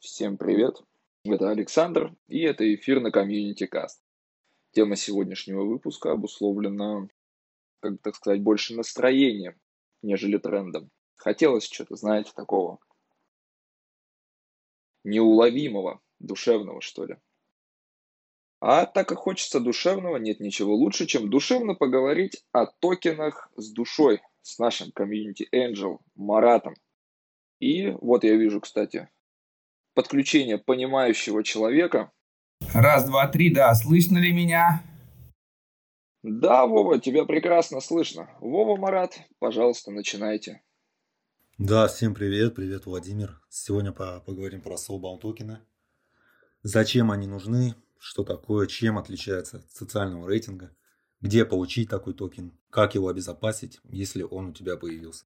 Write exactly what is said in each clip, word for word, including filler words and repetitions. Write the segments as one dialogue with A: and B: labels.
A: Всем привет, это Александр, и это эфир на Community Cast. Тема сегодняшнего выпуска обусловлена, как бы так сказать, больше настроением, нежели трендом. Хотелось что-то, знаете, такого неуловимого, душевного, что ли. А так как хочется душевного, нет ничего лучше, чем душевно поговорить о токенах с душой, с нашим Community Angel Маратом. И вот я вижу, кстати, подключение понимающего человека.
B: Раз, два, три, да, слышно ли меня?
A: Да, Вова, тебя прекрасно слышно. Вова, Марат, пожалуйста, начинайте.
C: Да, всем привет, привет, Владимир. Сегодня по- поговорим про Soulbound токены. Зачем они нужны, что такое, чем отличается от социального рейтинга, где получить такой токен, как его обезопасить, если он у тебя появился.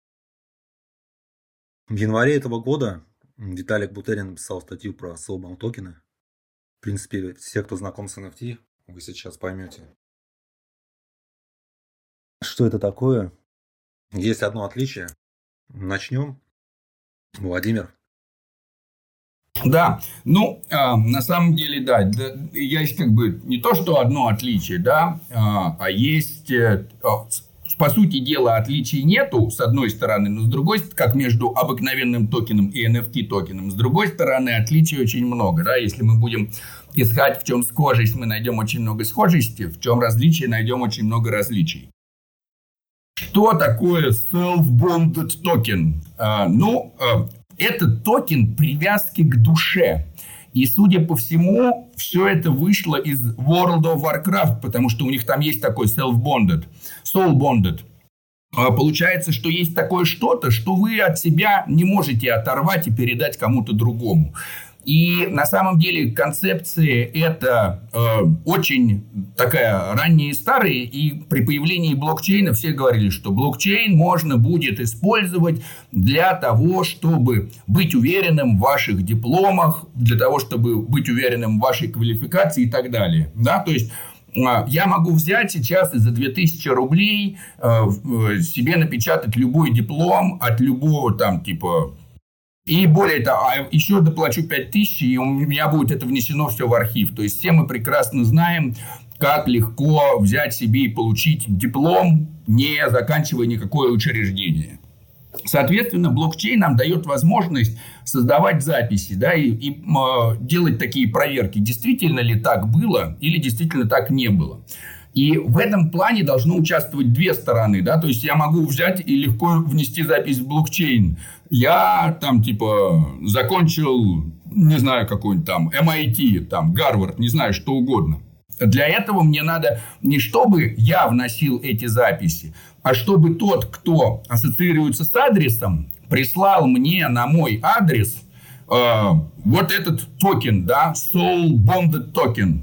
C: В январе этого года Виталик Бутерин написал статью про Soulbound токены. В принципе, все, кто знаком с эн эф ти, вы сейчас поймете, что это такое. Есть одно отличие. Начнем. Владимир.
B: Да, ну, э, на самом деле, да, да, есть как бы не то, что одно отличие, да, э, а есть, э, по сути дела, отличий нету, с одной стороны, но с другой, как между обыкновенным токеном и эн эф ти токеном, с другой стороны, отличий очень много, да, если мы будем искать, в чем схожесть, мы найдем очень много схожести, в чем различие, найдем очень много различий. Что такое self-bonded токен? А, ну, а, это токен привязки к душе. И, судя по всему, все это вышло из World of Warcraft, потому что у них там есть такой self-bonded, soul-bonded. А, получается, что есть такое что-то, что вы от себя не можете оторвать и передать кому-то другому. И на самом деле концепции это э, очень такая ранние и старые, и при появлении блокчейна все говорили, что блокчейн можно будет использовать для того, чтобы быть уверенным в ваших дипломах, для того, чтобы быть уверенным в вашей квалификации и так далее. Да? То есть я могу взять сейчас и за две тысячи рублей э, себе напечатать любой диплом от любого там типа... И более того, еще доплачу пять тысяч, и у меня будет это внесено все в архив. То есть, все мы прекрасно знаем, как легко взять себе и получить диплом, не заканчивая никакое учреждение. Соответственно, блокчейн нам дает возможность создавать записи, да, и, и э, делать такие проверки, действительно ли так было или действительно так не было. И в этом плане должны участвовать две стороны, да, то есть я могу взять и легко внести запись в блокчейн. Я там типа закончил, не знаю, какой-нибудь там эм ай ти, там Гарвард, не знаю, что угодно. Для этого мне надо не чтобы я вносил эти записи, а чтобы тот, кто ассоциируется с адресом, прислал мне на мой адрес э, вот этот токен, да, Soul Bonded токен.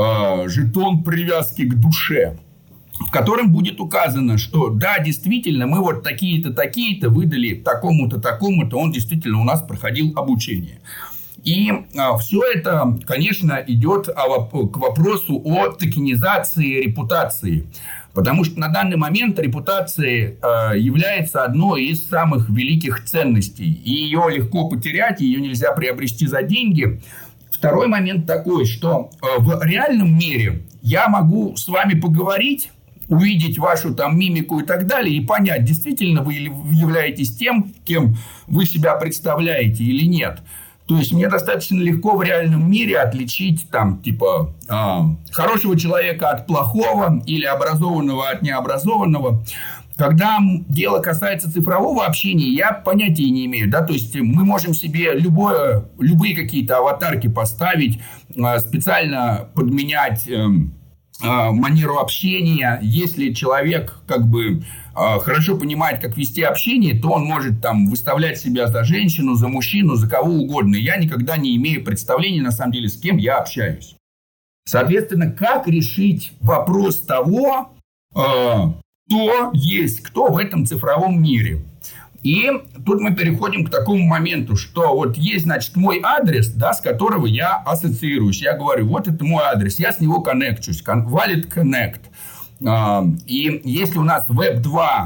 B: Жетон привязки к душе, в котором будет указано, что да, действительно, мы вот такие-то, такие-то выдали такому-то, такому-то, он действительно у нас проходил обучение. И а, все это, конечно, идет к вопросу о токенизации репутации. Потому что на данный момент репутация э, является одной из самых великих ценностей. И ее легко потерять, ее нельзя приобрести за деньги. Второй момент такой, что в реальном мире я могу с вами поговорить, увидеть вашу там мимику и так далее, и понять, действительно вы являетесь тем, кем вы себя представляете или нет. То есть, мне достаточно легко в реальном мире отличить там, типа, э, хорошего человека от плохого или образованного от необразованного. Когда дело касается цифрового общения, я понятия не имею. Да? То есть, мы можем себе любое, любые какие-то аватарки поставить, специально подменять э, э, манеру общения. Если человек как бы э, хорошо понимает, как вести общение, то он может там выставлять себя за женщину, за мужчину, за кого угодно. Я никогда не имею представления, на самом деле, с кем я общаюсь. Соответственно, как решить вопрос того... Э, кто есть кто в этом цифровом мире. И тут мы переходим к такому моменту, что вот есть, значит, мой адрес, да, с которого я ассоциируюсь. Я говорю, вот это мой адрес, я с него коннекчусь. Valid Connect. И если у нас веб два –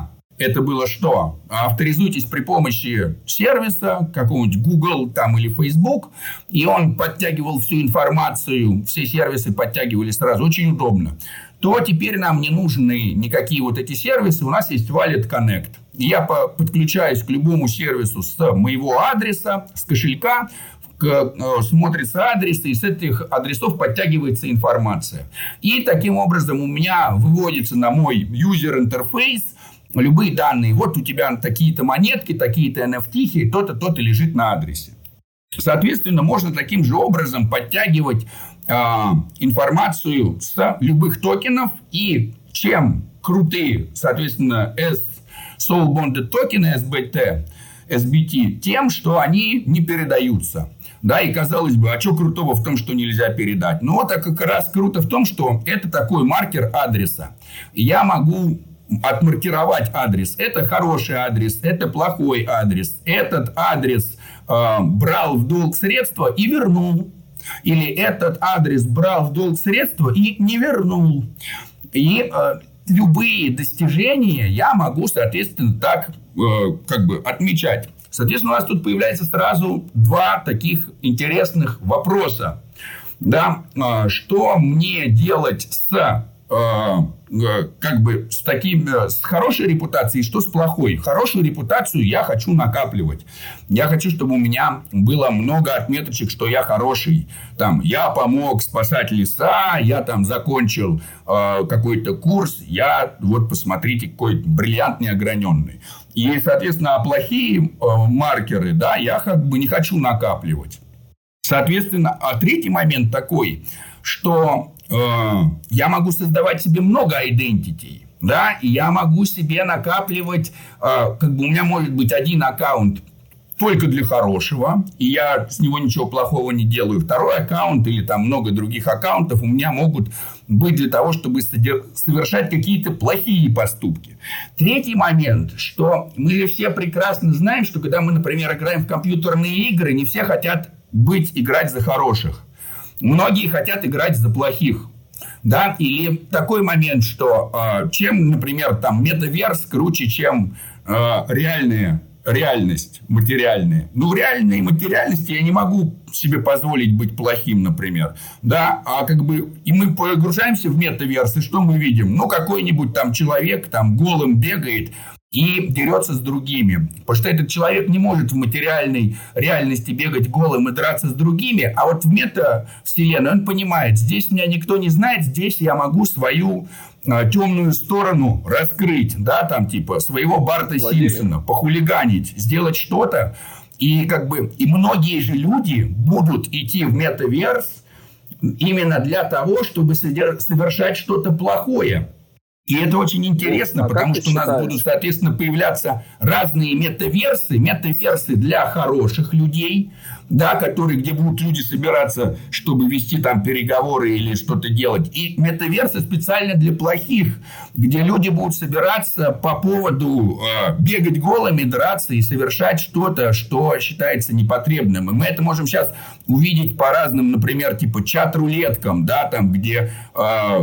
B: это было что? Авторизуйтесь при помощи сервиса, какого-нибудь Google там, или Facebook, и он подтягивал всю информацию, все сервисы подтягивали сразу, очень удобно. То теперь нам не нужны никакие вот эти сервисы, у нас есть Wallet Connect. Я подключаюсь к любому сервису с моего адреса, с кошелька, смотрится адрес, и с этих адресов подтягивается информация. И таким образом у меня выводится на мой юзер-интерфейс любые данные. Вот у тебя такие-то монетки, такие-то эн эф ти, то-то, то-то лежит на адресе. Соответственно, можно таким же образом подтягивать э, информацию с любых токенов. И чем крутые, соответственно, Soul Bonded токены, эс би ти, эс би ти, тем, что они не передаются. Да, и казалось бы, а что крутого в том, что нельзя передать? Ну, вот как раз круто в том, что это такой маркер адреса. Я могу отмаркировать адрес. Это хороший адрес, это плохой адрес. Этот адрес э, брал в долг средства и вернул. Или этот адрес брал в долг средства и не вернул. И э, любые достижения я могу, соответственно, так э, как бы отмечать. Соответственно, у нас тут появляется сразу два таких интересных вопроса. Да? Что мне делать с, как бы, с, таким, с хорошей репутацией, что с плохой? Хорошую репутацию я хочу накапливать. Я хочу, чтобы у меня было много отметочек, что я хороший. Там, я помог спасать леса, я там закончил э, какой-то курс, я, вот посмотрите, какой бриллиантный, ограненный. И, соответственно, плохие э, маркеры, да, я как бы не хочу накапливать. Соответственно, а третий момент такой, что э, я могу создавать себе много идентитей, да, и я могу себе накапливать, э, как бы у меня может быть один аккаунт только для хорошего, и я с него ничего плохого не делаю. Второй аккаунт или там много других аккаунтов у меня могут быть для того, чтобы совершать какие-то плохие поступки. Третий момент, что мы же все прекрасно знаем, что когда мы, например, играем в компьютерные игры, не все хотят быть, играть за хороших. Многие хотят играть за плохих. Да? Или такой момент, что э, чем, например, там метаверс круче, чем э, реальные реальность материальная. Ну, в реальной материальности я не могу себе позволить быть плохим, например. Да, а как бы и мы погружаемся в метаверс, и что мы видим? Ну, какой-нибудь там человек там голым бегает и дерется с другими. Потому что этот человек не может в материальной реальности бегать голым и драться с другими, а вот в метавселенной он понимает, здесь меня никто не знает, здесь я могу свою а, темную сторону раскрыть, да, там типа своего Барта Владимир. Симпсона, похулиганить, сделать что-то. И как бы и многие же люди будут идти в метаверс именно для того, чтобы совершать что-то плохое. И это очень интересно, а потому что у нас будут, соответственно, появляться разные метаверсы. Метаверсы для хороших людей, да, которые, где будут люди собираться, чтобы вести там переговоры или что-то делать. И метаверсы специально для плохих, где люди будут собираться по поводу э, бегать голыми, драться и совершать что-то, что считается непотребным. И мы это можем сейчас увидеть по разным, например, типа чат-рулеткам, да, там, где э,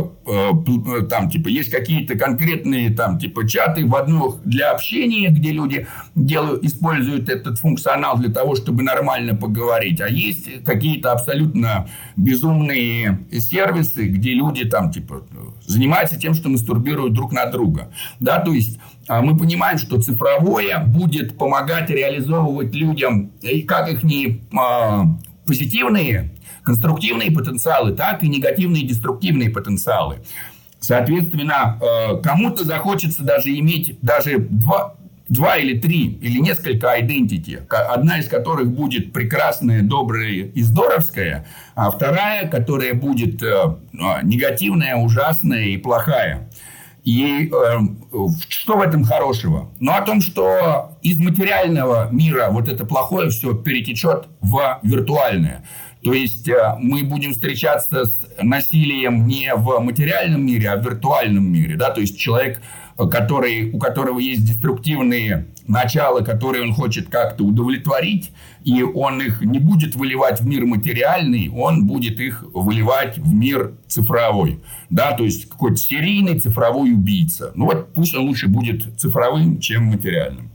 B: э, там, типа, есть какие-то какие-то конкретные там типа чаты в одну для общения, где люди делают, используют этот функционал для того, чтобы нормально поговорить. А есть какие-то абсолютно безумные сервисы, где люди там типа занимаются тем, что мастурбируют друг на друга. Да, то есть мы понимаем, что цифровое будет помогать реализовывать людям как их не а, позитивные, конструктивные потенциалы, так и негативные, деструктивные потенциалы. Соответственно, кому-то захочется даже иметь даже два, два или три, или несколько identity, одна из которых будет прекрасная, добрая и здоровская, а вторая, которая будет негативная, ужасная и плохая. И э, что в этом хорошего? Ну, о том, что из материального мира вот это плохое все перетечет в виртуальное. То есть мы будем встречаться с насилием не в материальном мире, а в виртуальном мире. Да? То есть человек который, у которого есть деструктивные начала, которые он хочет как-то удовлетворить, и он их не будет выливать в мир материальный, он будет их выливать в мир цифровой. Да, то есть какой-то серийный цифровой убийца. Ну вот пусть он лучше будет цифровым, чем материальным.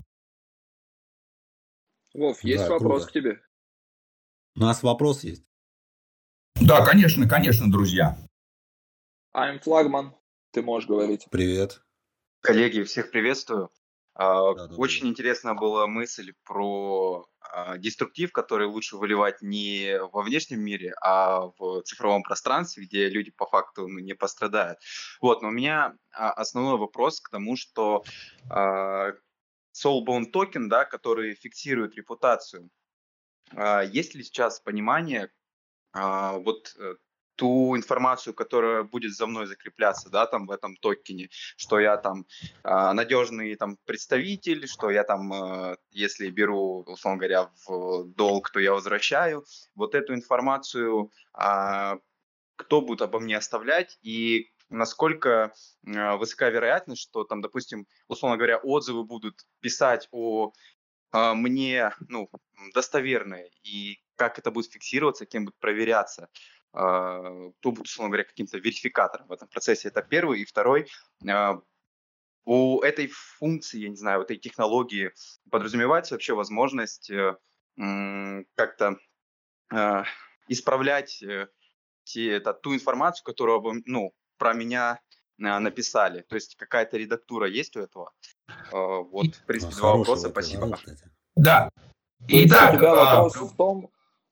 A: Вов, есть
C: Да,
A: вопрос
C: круто.
A: к тебе?
C: У нас вопрос есть.
B: Да, конечно, конечно, друзья.
A: I'm флагман, ты можешь говорить.
C: Привет.
D: Коллеги, всех приветствую. А,
C: Да, добрый
D: Очень
C: вечер.
D: интересна была мысль про а, деструктив, который лучше выливать не во внешнем мире, а в цифровом пространстве, где люди по факту ну, не пострадают. Вот, но у меня а, основной вопрос к тому, что а, Soulbound токен, да, который фиксирует репутацию, а, есть ли сейчас понимание, а, вот э, ту информацию, которая будет за мной закрепляться, да, там в этом токене, что я там а, надежный там представитель, что я там, э, если беру, условно говоря, в долг, то я возвращаю. Вот эту информацию, а, кто будет обо мне оставлять и насколько э, высока вероятность, что там, допустим, условно говоря, отзывы будут писать о а, мне, ну, достоверные, и как это будет фиксироваться, кем будет проверяться, а, кто будет, условно говоря, каким-то верификатором в этом процессе. Это первый. И второй, а, у этой функции, я не знаю, у этой технологии подразумевается вообще возможность э, м, как-то а, исправлять э, те- это, ту информацию, которую обо м- ну, про меня а, написали. То есть какая-то редактура есть у этого? А, Вот, в
C: А,
D: принципе, два
C: Хороший
D: вопроса.
C: вопрос
D: Спасибо.
C: задал, кстати.
B: Да.
A: То есть у
B: Итак,
A: тебя
B: а,
A: вопрос в том,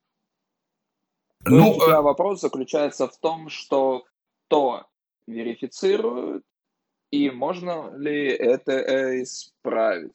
A: то
B: ну,
A: есть у тебя
B: э,
A: вопрос заключается в том, что кто верифицирует и можно ли это э, исправить?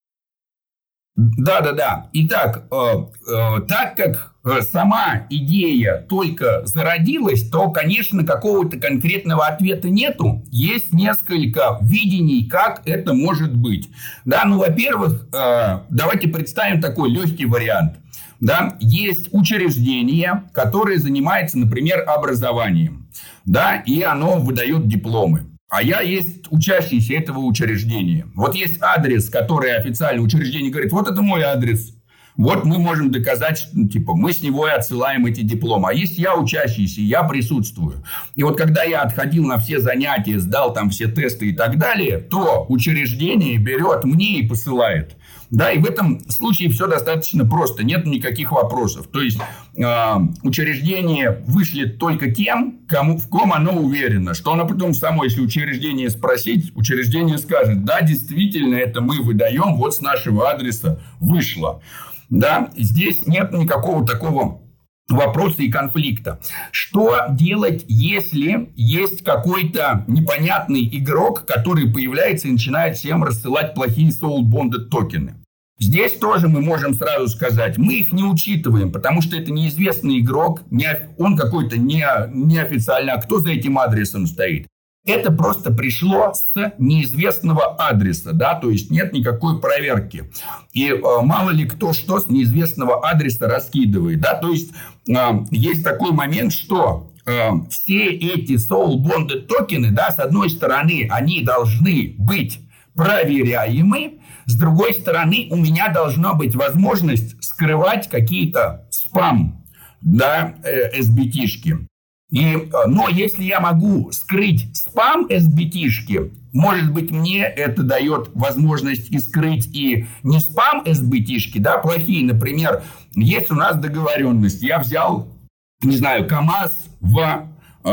B: да, да, да. Итак, э, э, так как э, сама идея только зародилась, то, конечно, какого-то конкретного ответа нету. Есть несколько видений, как это может быть. Да, ну, во-первых, э, давайте представим такой легкий вариант. Да, есть учреждение, которое занимается, например, образованием, да, и оно выдает дипломы. А я есть учащийся этого учреждения. Вот есть адрес, который официально учреждение говорит, вот это мой адрес. Вот мы можем доказать, что ну, типа, мы с него и отсылаем эти дипломы. А есть я учащийся, я присутствую. И вот когда я отходил на все занятия, сдал там все тесты и так далее, то учреждение берет мне и посылает. Да, и в этом случае все достаточно просто, нет никаких вопросов. То есть э, учреждение вышлет только тем, кому, в ком оно уверено. Что оно потом само, если учреждение спросить, учреждение скажет, да, действительно, это мы выдаем, вот с нашего адреса вышло. Да, и здесь нет никакого такого вопроса и конфликта. Что делать, если есть какой-то непонятный игрок, который появляется и начинает всем рассылать плохие soul-bonded токены? Здесь тоже мы можем сразу сказать, мы их не учитываем, потому что это неизвестный игрок, не, он какой-то не, неофициальный, а кто за этим адресом стоит? Это просто пришло с неизвестного адреса, да, то есть нет никакой проверки. И э, мало ли кто что с неизвестного адреса раскидывает, да, то есть э, есть такой момент, что э, все эти soul-bonded токены, да, с одной стороны, они должны быть проверяемы, с другой стороны, у меня должна быть возможность скрывать какие-то спам, да, э, эс би ти-шки. И, но если я могу скрыть спам эс би ти-шки, может быть, мне это дает возможность и скрыть и не спам эс би ти-шки, да, плохие. Например, есть у нас договоренность. Я взял, не знаю, КАМАЗ в э,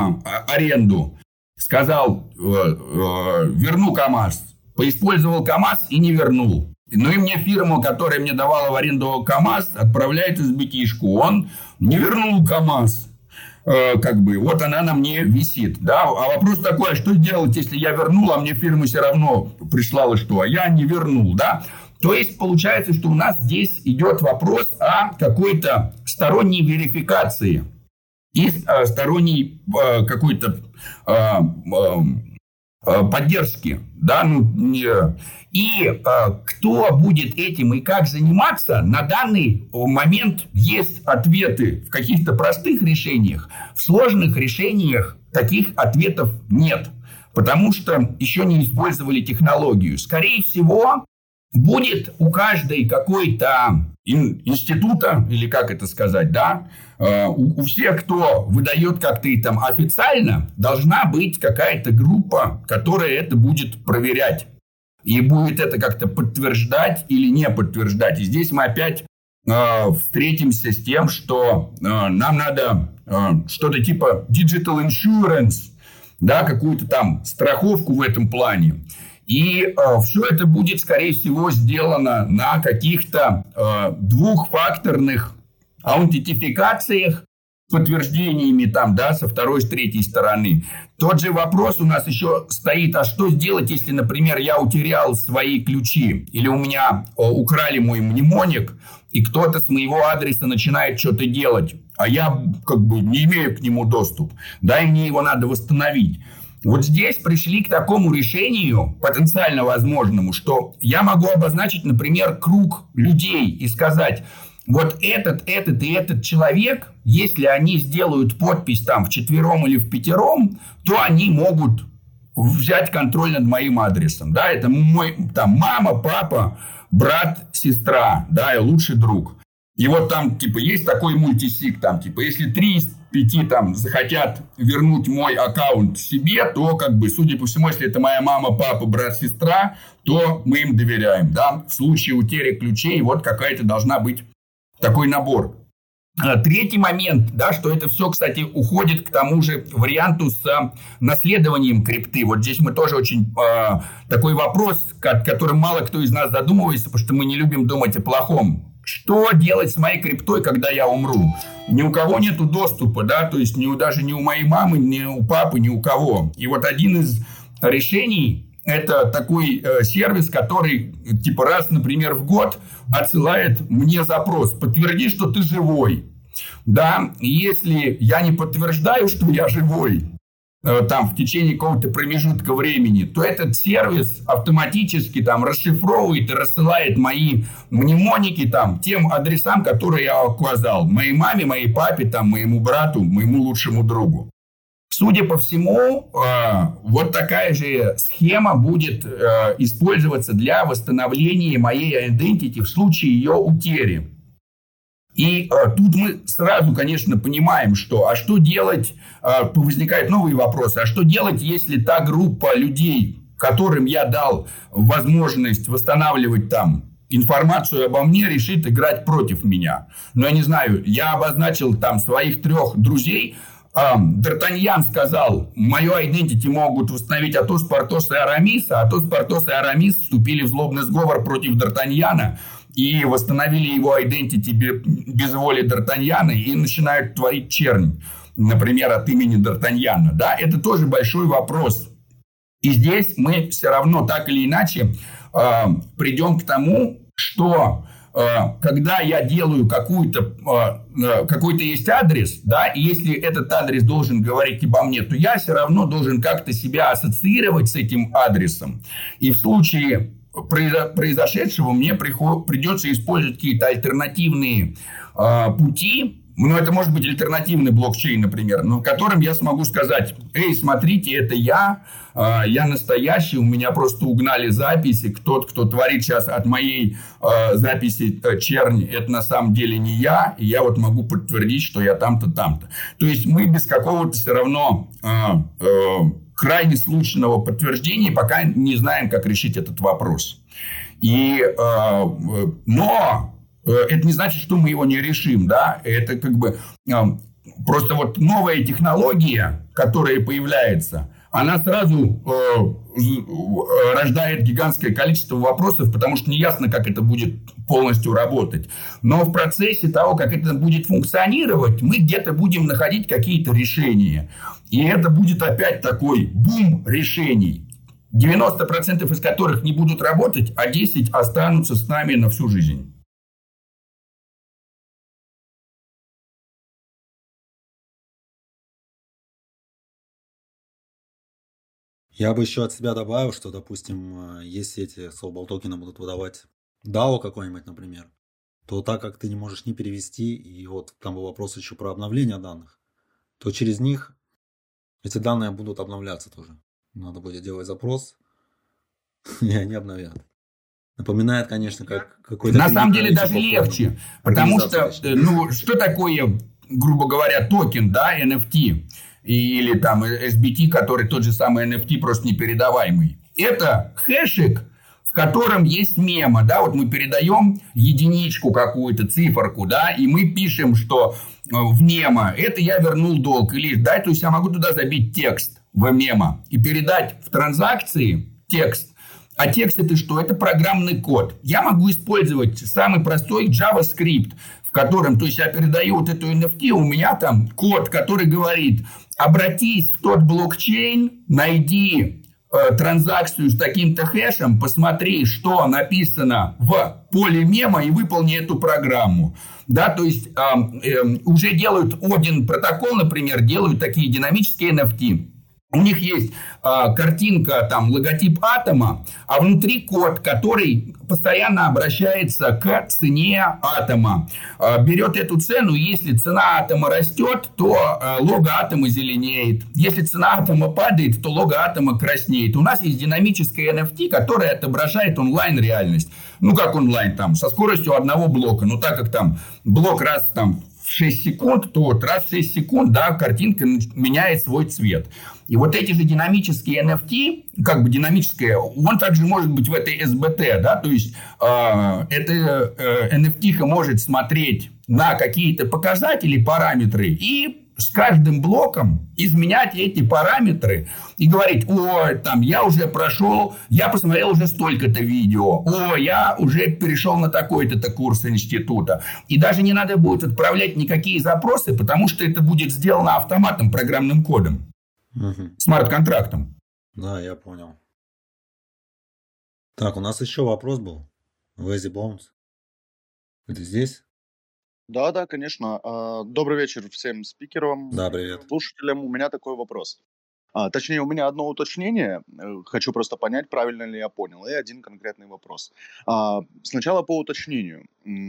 B: аренду. Сказал, э, э, верну КАМАЗ. Поиспользовал КАМАЗ и не вернул. Ну и мне фирма, которая мне давала в аренду КАМАЗ, отправляет эс би ти-шку. Он не вернул КАМАЗ. Как бы, вот она на мне висит, да, а вопрос такой, а что делать, если я вернул, а мне фирма все равно прислала что, а я не вернул, да, то есть получается, что у нас здесь идет вопрос о какой-то сторонней верификации и сторонней какой-то поддержки, да, ну, и э, кто будет этим и как заниматься, на данный момент есть ответы в каких-то простых решениях, в сложных решениях таких ответов нет. потому что еще не использовали технологию. Скорее всего, будет у каждой какой-то института, или как это сказать, да, у, у всех, кто выдает как-то и там официально, должна быть какая-то группа, которая это будет проверять. И будет это как-то подтверждать или не подтверждать. И здесь мы опять э, встретимся с тем, что э, нам надо э, что-то типа digital insurance, да, какую-то там страховку в этом плане. И э, все это будет, скорее всего, сделано на каких-то э, двухфакторных аутентификациях, подтверждениями там, да, со второй, с третьей стороны. Тот же вопрос у нас еще стоит, а что сделать, если, например, я утерял свои ключи, или у меня о, украли мой мнемоник, и кто-то с моего адреса начинает что-то делать, а я как бы не имею к нему доступ, да, и мне его надо восстановить. Вот здесь пришли к такому решению, потенциально возможному, что я могу обозначить, например, круг людей и сказать: вот этот, этот и этот человек, если они сделают подпись там вчетвером или впятером, то они могут взять контроль над моим адресом. Да, это мой там мама, папа, брат, сестра, да, и лучший друг. И вот там, типа, есть такой мультисиг, там, типа, если три из пяти там захотят вернуть мой аккаунт себе, то, как бы, судя по всему, если это моя мама, папа, брат, сестра, то мы им доверяем, да. В случае утери ключей вот какая-то должна быть такой набор. Третий момент, да, что это все, кстати, уходит к тому же варианту с наследованием крипты. Вот здесь мы тоже очень э, такой вопрос, которым мало кто из нас задумывается, потому что мы не любим думать о плохом. Что делать с моей криптой, когда я умру? Ни у кого нету доступа, да, то есть ни, даже ни у моей мамы, ни у папы, ни у кого. И вот один из решений — это такой э, сервис, который типа раз, например, в год отсылает мне запрос: подтверди, что ты живой. Да, и если я не подтверждаю, что я живой, э, там в течение какого-то промежутка времени, то этот сервис автоматически там расшифровывает и рассылает мои мнемоники там тем адресам, которые я указал: моей маме, моей папе, там, моему брату, моему лучшему другу. Судя по всему, вот такая же схема будет использоваться для восстановления моей идентити в случае ее утери. И тут мы сразу, конечно, понимаем, что а что делать, возникают новые вопросы, а что делать, если та группа людей, которым я дал возможность восстанавливать там информацию обо мне, решит играть против меня. Но я не знаю, я обозначил там своих трех друзей. Д'Артаньян сказал: мое идентити могут восстановить Атос, Портос и Арамис, а Атос, Портос и Арамис вступили в злобный сговор против Д'Артаньяна и восстановили его идентити без воли Д'Артаньяна и начинают творить чернь, например, от имени Д'Артаньяна. Да, это тоже большой вопрос. И здесь мы все равно так или иначе э, придем к тому, что когда я делаю какую-то, какой-то есть адрес, да, и если этот адрес должен говорить обо мне, то я все равно должен как-то себя ассоциировать с этим адресом. И в случае произошедшего мне придется использовать какие-то альтернативные пути. Ну, это может быть альтернативный блокчейн, например, но в котором я смогу сказать: эй, смотрите, это я, э, я настоящий, у меня просто угнали записи, тот, кто творит сейчас от моей э, записи э, чернь, это на самом деле не я, и я вот могу подтвердить, что я там-то, там-то. То есть мы без какого-то все равно э, э, крайне случайного подтверждения пока не знаем, как решить этот вопрос. И, э, но... это не значит, что мы его не решим, да, это как бы э, просто вот новая технология, которая появляется, она сразу э, рождает гигантское количество вопросов, потому что неясно, как это будет полностью работать. Но в процессе того, как это будет функционировать, мы где-то будем находить какие-то решения. И это будет опять такой бум решений, девяносто процентов из которых не будут работать, а десять процентов останутся с нами на всю жизнь.
C: Я бы еще от себя добавил, что, допустим, если эти Soulball токены будут выдавать дао какой-нибудь, например, то так как ты не можешь не перевести, и вот там был вопрос еще про обновление данных, то через них эти данные будут обновляться тоже. Надо будет делать запрос, и они обновят. Напоминает, конечно, как какой-то...
B: На самом деле даже легче, потому что, ну, что такое, грубо говоря, токен, да, эн эф ти, или там эс би ти, который тот же самый эн эф ти, просто непередаваемый. Это хэшик, в котором есть мема, да, вот мы передаем единичку какую-то, циферку, да, и мы пишем, что в мема это я вернул долг, или, да, то есть я могу туда забить текст в мема и передать в транзакции текст. А текст это что? Это программный код. Я могу использовать самый простой JavaScript, в котором, то есть я передаю вот эту эн эф ти, у меня там код, который говорит: обратись в тот блокчейн, найди э, транзакцию с таким-то хэшем, посмотри, что написано в поле мема и выполни эту программу. Да, то есть э, э, уже делают один протокол, например, делают такие динамические эн эф ти. У них есть э, картинка, там, логотип атома, а внутри код, который постоянно обращается к цене атома. Э, берет эту цену, и если цена атома растет, то э, лого атома зеленеет. Если цена атома падает, то лого атома краснеет. У нас есть динамическая эн эф ти, которая отображает онлайн-реальность. Ну, как онлайн, там, со скоростью одного блока. Но так как там блок раз там в шесть секунд, то вот раз в шесть секунд, да, картинка меняет свой цвет. И вот эти же динамические эн эф ти, как бы динамическое, он также может быть в этой эс би ти, да, то есть э, эта э, эн эф ти может смотреть на какие-то показатели, параметры и с каждым блоком изменять эти параметры и говорить: о, там, я уже прошел, я посмотрел уже столько-то видео, о, я уже перешел на такой-то курс института. И даже не надо будет отправлять никакие запросы, потому что это будет сделано автоматом, программным кодом, угу. Смарт-контрактом.
C: Да, я понял. Так, у нас еще вопрос был. Lazy Bones. Ты здесь?
E: Да, да, конечно. Добрый вечер всем спикерам,
C: да, привет.
E: Слушателям. У меня такой вопрос. А, точнее, у меня одно уточнение. Хочу просто понять, правильно ли я понял. И один конкретный вопрос. А, сначала по уточнению.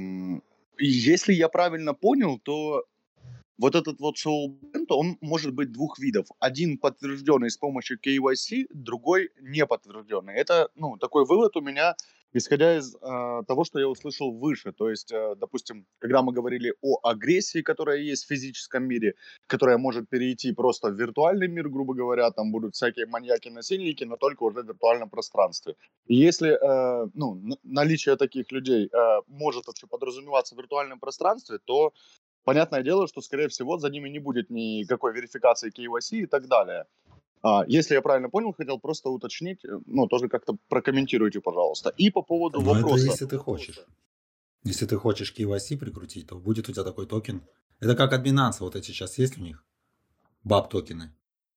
E: Если я правильно понял, то вот этот вот soulband, он может быть двух видов. Один подтвержденный с помощью кей вай си, другой не подтвержденный. Это, ну, такой вывод у меня, исходя из э, того, что я услышал выше. То есть, э, допустим, когда мы говорили о агрессии, которая есть в физическом мире, которая может перейти просто в виртуальный мир, грубо говоря, там будут всякие маньяки-насильники, но только уже в виртуальном пространстве. И если э, ну, наличие таких людей э, может вообще подразумеваться в виртуальном пространстве, то понятное дело, что, скорее всего, за ними не будет никакой верификации кей вай си и так далее. А, если я правильно понял, хотел просто уточнить, ну, тоже как-то прокомментируйте, пожалуйста. И по поводу
C: Но
E: вопроса...
C: это если ты хочешь. Если ты хочешь кей вай си прикрутить, то будет у тебя такой токен. Это как от Binance, вот эти сейчас есть у них, баб-токены.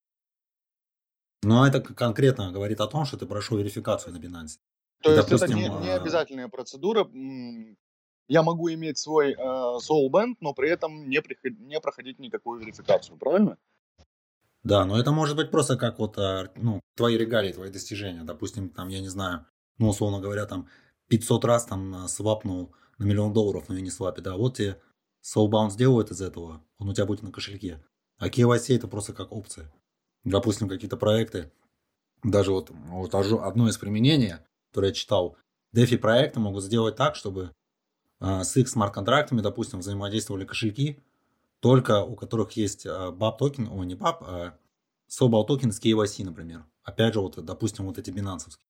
C: Но это конкретно говорит о том, что ты прошел верификацию на Binance.
E: То и, есть допустим, это не, не обязательная процедура. Я могу иметь свой э, soulband, но при этом не, приход... не проходить никакую верификацию, правильно?
C: Да, но это может быть просто как вот, ну, твои регалии, твои достижения. Допустим, там, я не знаю, ну, условно говоря, там, пятьсот раз там свапнул на миллион долларов на Uniswap, да, вот тебе Soulbound сделают из этого, он у тебя будет на кошельке. А кей вай си это просто как опция. Допустим, какие-то проекты, даже вот, вот одно из применений, которое я читал, DeFi-проекты могут сделать так, чтобы а, с их смарт-контрактами, допустим, взаимодействовали кошельки, только у которых есть баб-токен, ой, не баб, а Soulbound токен с кей вай си, например. Опять же, вот, допустим, вот эти бинансовские.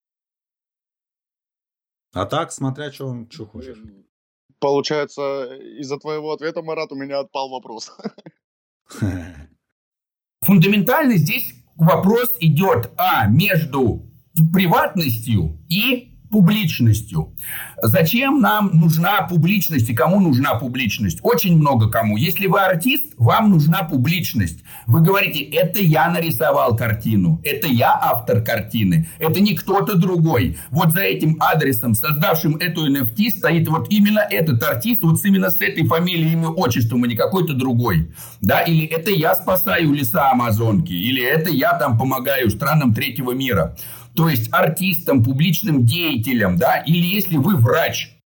C: А так, смотря, что хочешь.
E: Получается, из-за твоего ответа, Марат, у меня отпал вопрос.
B: Фундаментально здесь вопрос идет а, между приватностью и публичностью. Зачем нам нужна публичность и кому нужна публичность? Очень много кому. Если вы артист, вам нужна публичность. Вы говорите: это я нарисовал картину, это я автор картины, это не кто-то другой. Вот за этим адресом, создавшим эту эн эф ти, стоит вот именно этот артист, вот именно с этой фамилией, имя, отчеством, а не какой-то другой. Да? Или это я спасаю леса Амазонки, или это я там помогаю странам третьего мира. То есть артистам, публичным деятелям, да, или если вы врач,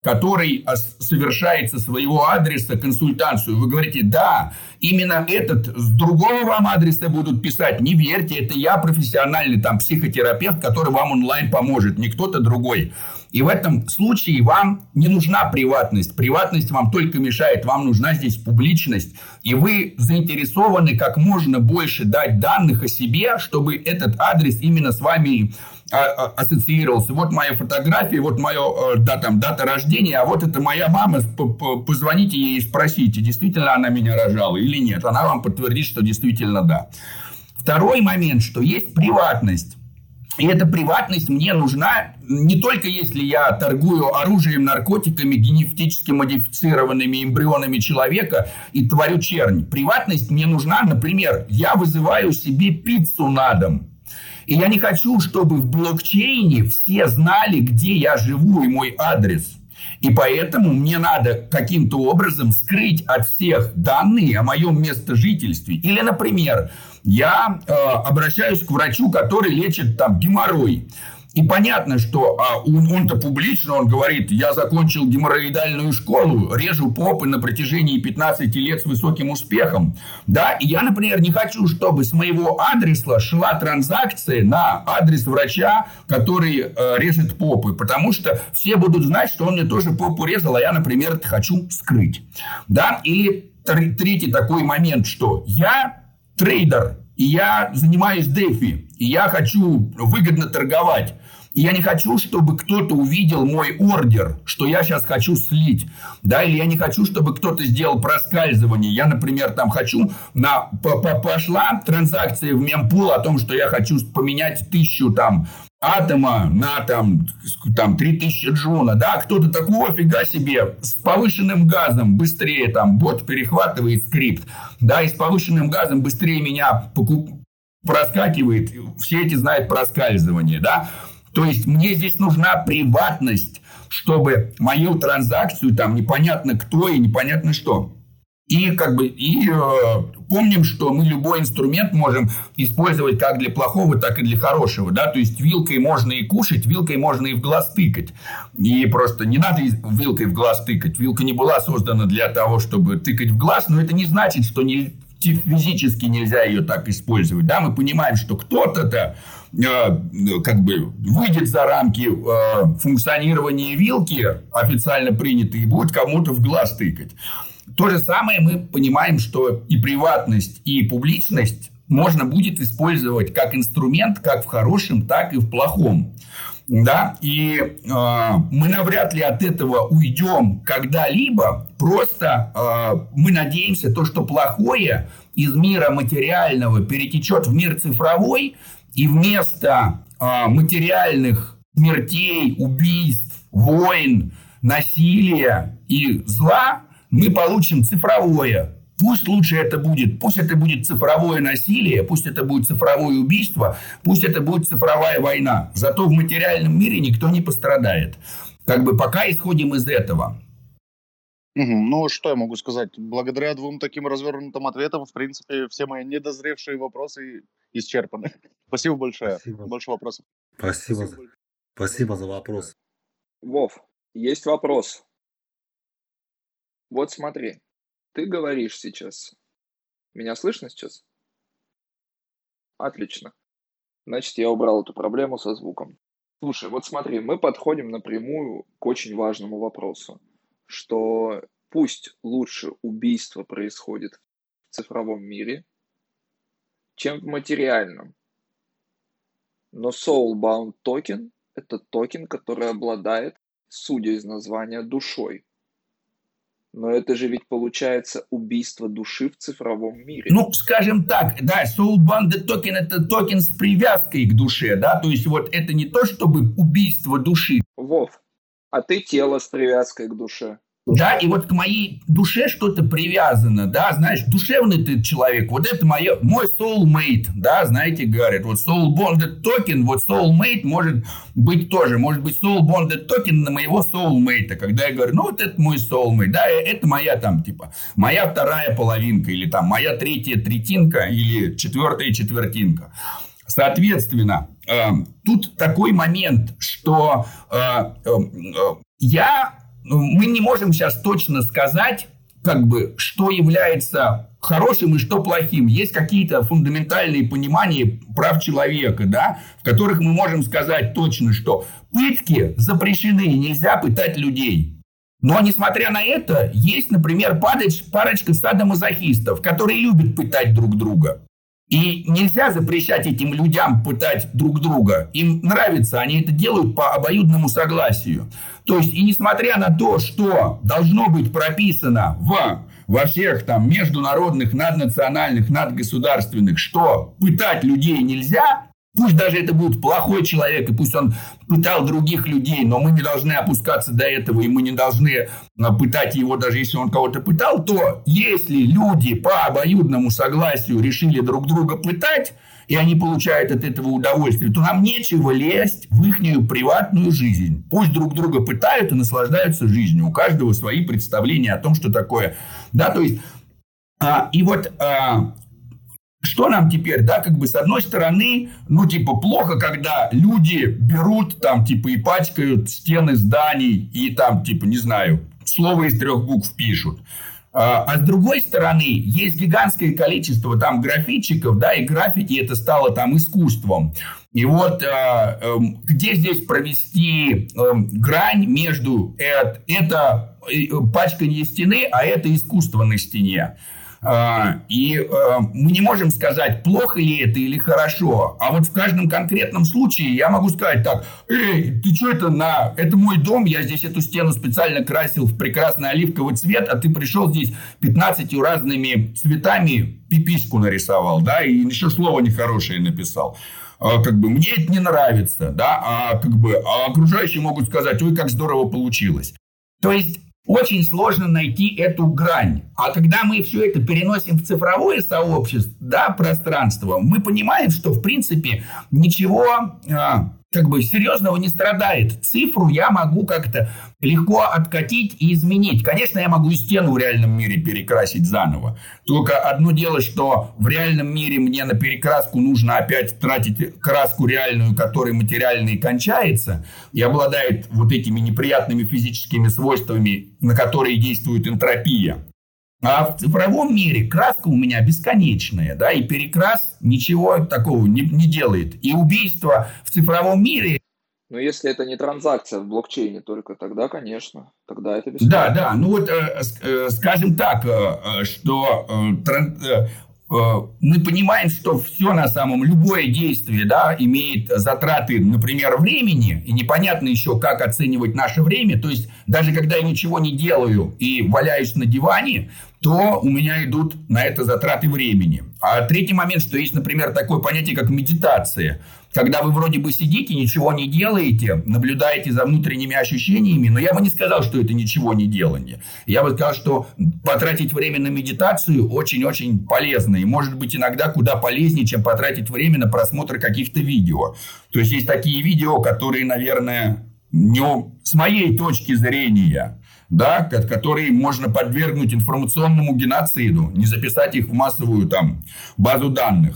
B: который совершает со своего адреса консультацию. Вы говорите, да, именно этот, с другого вам адреса будут писать. Не верьте, это я профессиональный там психотерапевт, который вам онлайн поможет, не кто-то другой. И в этом случае вам не нужна приватность. Приватность вам только мешает. Вам нужна здесь публичность. И вы заинтересованы как можно больше дать данных о себе, чтобы этот адрес именно с вами ассоциировался. Вот моя фотография, вот моя да, там, дата рождения, а вот это моя мама. Позвоните ей и спросите, действительно она меня рожала или нет. Она вам подтвердит, что действительно да. Второй момент, что есть приватность. И эта приватность мне нужна не только если я торгую оружием, наркотиками, генетически модифицированными эмбрионами человека и творю чернь. Приватность мне нужна, например, я вызываю себе пиццу на дом. И я не хочу, чтобы в блокчейне все знали, где я живу и мой адрес. И поэтому мне надо каким-то образом скрыть от всех данные о моем местожительстве. Или, например, я э, обращаюсь к врачу, который лечит там геморрой. И понятно, что а, он, он-то публично, он говорит, я закончил геморроидальную школу, режу попы на протяжении пятнадцати лет с высоким успехом. Да, и я, например, не хочу, чтобы с моего адреса шла транзакция на адрес врача, который э, режет попы, потому что все будут знать, что он мне тоже попу резал, а я, например, это хочу скрыть. Да, или тр- третий такой момент, что я трейдер, и я занимаюсь дефи, и я хочу выгодно торговать. И я не хочу, чтобы кто-то увидел мой ордер, что я сейчас хочу слить. Да, или я не хочу, чтобы кто-то сделал проскальзывание. Я, например, там хочу... На, пошла транзакция в мемпул о том, что я хочу поменять тысячу там атома на там, там три тысячи джуна. Да, кто-то такой, офига себе, с повышенным газом быстрее там бот перехватывает скрипт. Да, и с повышенным газом быстрее меня покуп... проскакивает. Все эти знают проскальзывание, да. То есть, мне здесь нужна приватность, чтобы мою транзакцию там непонятно кто и непонятно что. И как бы и э, помним, что мы любой инструмент можем использовать как для плохого, так и для хорошего. Да? То есть, вилкой можно и кушать, вилкой можно и в глаз тыкать. И просто не надо вилкой в глаз тыкать. Вилка не была создана для того, чтобы тыкать в глаз, но это не значит, что не, физически нельзя ее так использовать. Да? Мы понимаем, что кто-то-то как бы выйдет за рамки э, функционирования вилки, официально принятые, и будет кому-то в глаз тыкать. То же самое мы понимаем, что и приватность, и публичность можно будет использовать как инструмент, как в хорошем, так и в плохом. Да? И э, мы навряд ли от этого уйдем когда-либо. Просто э, мы надеемся, то, что плохое из мира материального перетечет в мир цифровой, и вместо э, материальных смертей, убийств, войн, насилия и зла мы получим цифровое. Пусть лучше это будет, пусть это будет цифровое насилие, пусть это будет цифровое убийство, пусть это будет цифровая война. Зато в материальном мире никто не пострадает. Как бы пока исходим из этого.
E: Угу. Ну, что я могу сказать? Благодаря двум таким развернутым ответам, в принципе, все мои недозревшие вопросы исчерпаны. Спасибо большое.
C: Спасибо.
E: Больше вопросов.
C: Спасибо.
E: Спасибо.
C: За... Спасибо за вопрос.
A: Вов, есть вопрос. Вот смотри, ты говоришь сейчас. Меня слышно сейчас? Отлично. Значит, я убрал эту проблему со звуком. Слушай, вот смотри, мы подходим напрямую к очень важному вопросу, что пусть лучше убийство происходит в цифровом мире, чем в материальном. Но Soulbound токен – это токен, который обладает, судя из названия, душой. Но это же ведь получается убийство души в цифровом мире.
B: Ну, скажем так, да, Soulbound токен – это токен с привязкой к душе, да, то есть вот это не то, чтобы убийство души.
A: Вов, а ты тело с привязкой к душе.
B: Да, и вот к моей душе что-то привязано, да, знаешь, душевный ты человек, вот это мое, мой soulmate, да, знаете, говорят, вот soul-bonded токен, вот soulmate может быть тоже, может быть soul-bonded токен на моего soulmate, когда я говорю, ну, вот это мой soulmate, да, это моя там, типа, моя вторая половинка, или там, моя третья третинка, или четвертая четвертинка. Соответственно, э, тут такой момент, что э, э, я мы не можем сейчас точно сказать, как бы, что является хорошим и что плохим. Есть какие-то фундаментальные понимания прав человека, да, в которых мы можем сказать точно, что пытки запрещены, нельзя пытать людей. Но, несмотря на это, есть, например, парочка садомазохистов, которые любят пытать друг друга. И нельзя запрещать этим людям пытать друг друга. Им нравится, они это делают по обоюдному согласию. То есть, и несмотря на то, что должно быть прописано в, во всех там международных, наднациональных, надгосударственных, что пытать людей нельзя, пусть даже это будет плохой человек, и пусть он пытал других людей, но мы не должны опускаться до этого, и мы не должны пытать его, даже если он кого-то пытал, то если люди по обоюдному согласию решили друг друга пытать, и они получают от этого удовольствие, то нам нечего лезть в их приватную жизнь. Пусть друг друга пытают и наслаждаются жизнью. У каждого свои представления о том, что такое. Да, то есть, а, и вот... А, что нам теперь, да, как бы с одной стороны, ну, типа, плохо, когда люди берут там, типа, и пачкают стены зданий, и там, типа, не знаю, слово из трех букв пишут. А, а с другой стороны, есть гигантское количество там граффитчиков, да, и граффити это стало там искусством. И вот а, а, где здесь провести а, грань между это, это пачканье стены, а это искусство на стене? И мы не можем сказать, плохо ли это или хорошо. А вот в каждом конкретном случае я могу сказать так: эй, ты что это на... Это мой дом, я здесь эту стену специально красил в прекрасный оливковый цвет, а ты пришел здесь пятнадцатью разными цветами пипиську нарисовал, да, и еще слово нехорошее написал. Как бы мне это не нравится, да, а, как бы, а окружающие могут сказать: ой, как здорово получилось. То есть очень сложно найти эту грань. А когда мы все это переносим в цифровое сообщество, да, пространство, мы понимаем, что, в принципе, ничего а, как бы серьезного не страдает. Цифру я могу как-то легко откатить и изменить. Конечно, я могу и стену в реальном мире перекрасить заново. Только одно дело, что в реальном мире мне на перекраску нужно опять тратить краску реальную, которая материальной кончается и обладает вот этими неприятными физическими свойствами, на которые действует энтропия. А в цифровом мире краска у меня бесконечная, да, и перекрас ничего такого не, не делает. И убийство в цифровом мире...
A: Но если это не транзакция в блокчейне только, тогда, конечно, тогда это бесплатно.
B: Да, да, ну вот, э, э, скажем так, э, что э, тран, э, э, мы понимаем, что все на самом, любое действие, да, имеет затраты, например, времени, и непонятно еще, как оценивать наше время. То есть, даже когда я ничего не делаю и валяюсь на диване, то у меня идут на это затраты времени. А третий момент, что есть, например, такое понятие, как медитация. Когда вы вроде бы сидите, ничего не делаете, наблюдаете за внутренними ощущениями, но я бы не сказал, что это ничего не делание. Я бы сказал, что потратить время на медитацию очень-очень полезно. И может быть иногда куда полезнее, чем потратить время на просмотр каких-то видео. То есть есть такие видео, которые, наверное, не, с моей точки зрения... да, которые можно подвергнуть информационному геноциду, не записать их в массовую там, базу данных.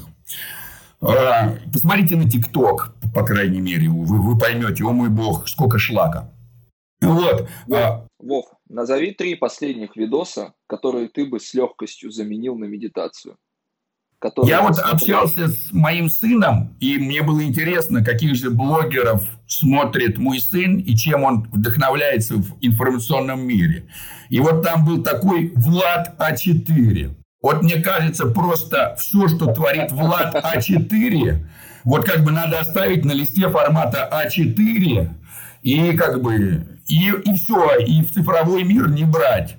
B: Посмотрите на ТикТок, по крайней мере, вы, вы поймете, о мой бог, сколько шлака. Вот.
A: Вов, Вов, назови три последних видоса, которые ты бы с легкостью заменил на медитацию.
B: Я вот общался с моим сыном, и мне было интересно, каких же блогеров смотрит мой сын и чем он вдохновляется в информационном мире. И вот там был такой Влад А четыре. Вот мне кажется, просто все, что творит Влад А четыре, вот как бы надо оставить на листе формата А четыре и как бы и, и все, и в цифровой мир не брать.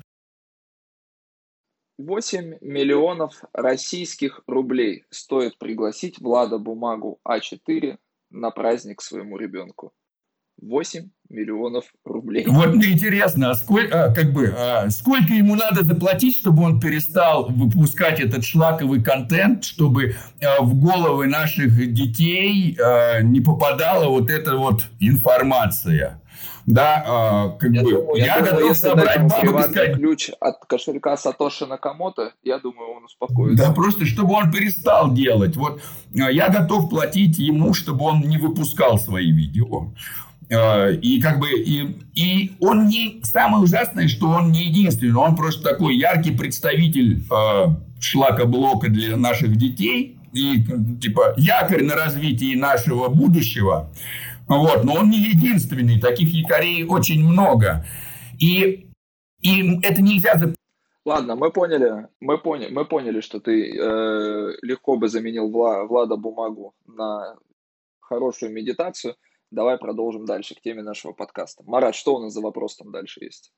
A: восемь миллионов российских рублей стоит пригласить Влада Бумагу А четыре на праздник своему ребенку. восемь миллионов рублей.
B: Вот мне интересно, а сколько, а, как бы, а, сколько ему надо заплатить, чтобы он перестал выпускать этот шлаковый контент, чтобы а, в головы наших детей а, не попадала вот эта вот информация. Да, а, как
A: я
B: бы,
A: думаю,
B: я,
A: я
B: готов
A: думаю, если
B: собрать
A: дать
B: бабок и
A: приватный
B: сказать...
A: ключ от кошелька Сатоши Накамото, я думаю, он успокоится.
B: Да, просто чтобы он перестал делать. Вот я готов платить ему, чтобы он не выпускал свои видео. И как бы и, и он не самое ужасное, что он не единственный, он просто такой яркий представитель э, шлакоблока для наших детей и типа якорь на развитии нашего будущего. Вот, но он не единственный, таких якорей очень много, и, и это нельзя запомнить.
A: Ладно, мы поняли, мы поняли, мы поняли, что ты э, легко бы заменил Вла, Влада бумагу на хорошую медитацию. Давай продолжим дальше к теме нашего подкаста. Марат, что у нас за вопрос там дальше есть?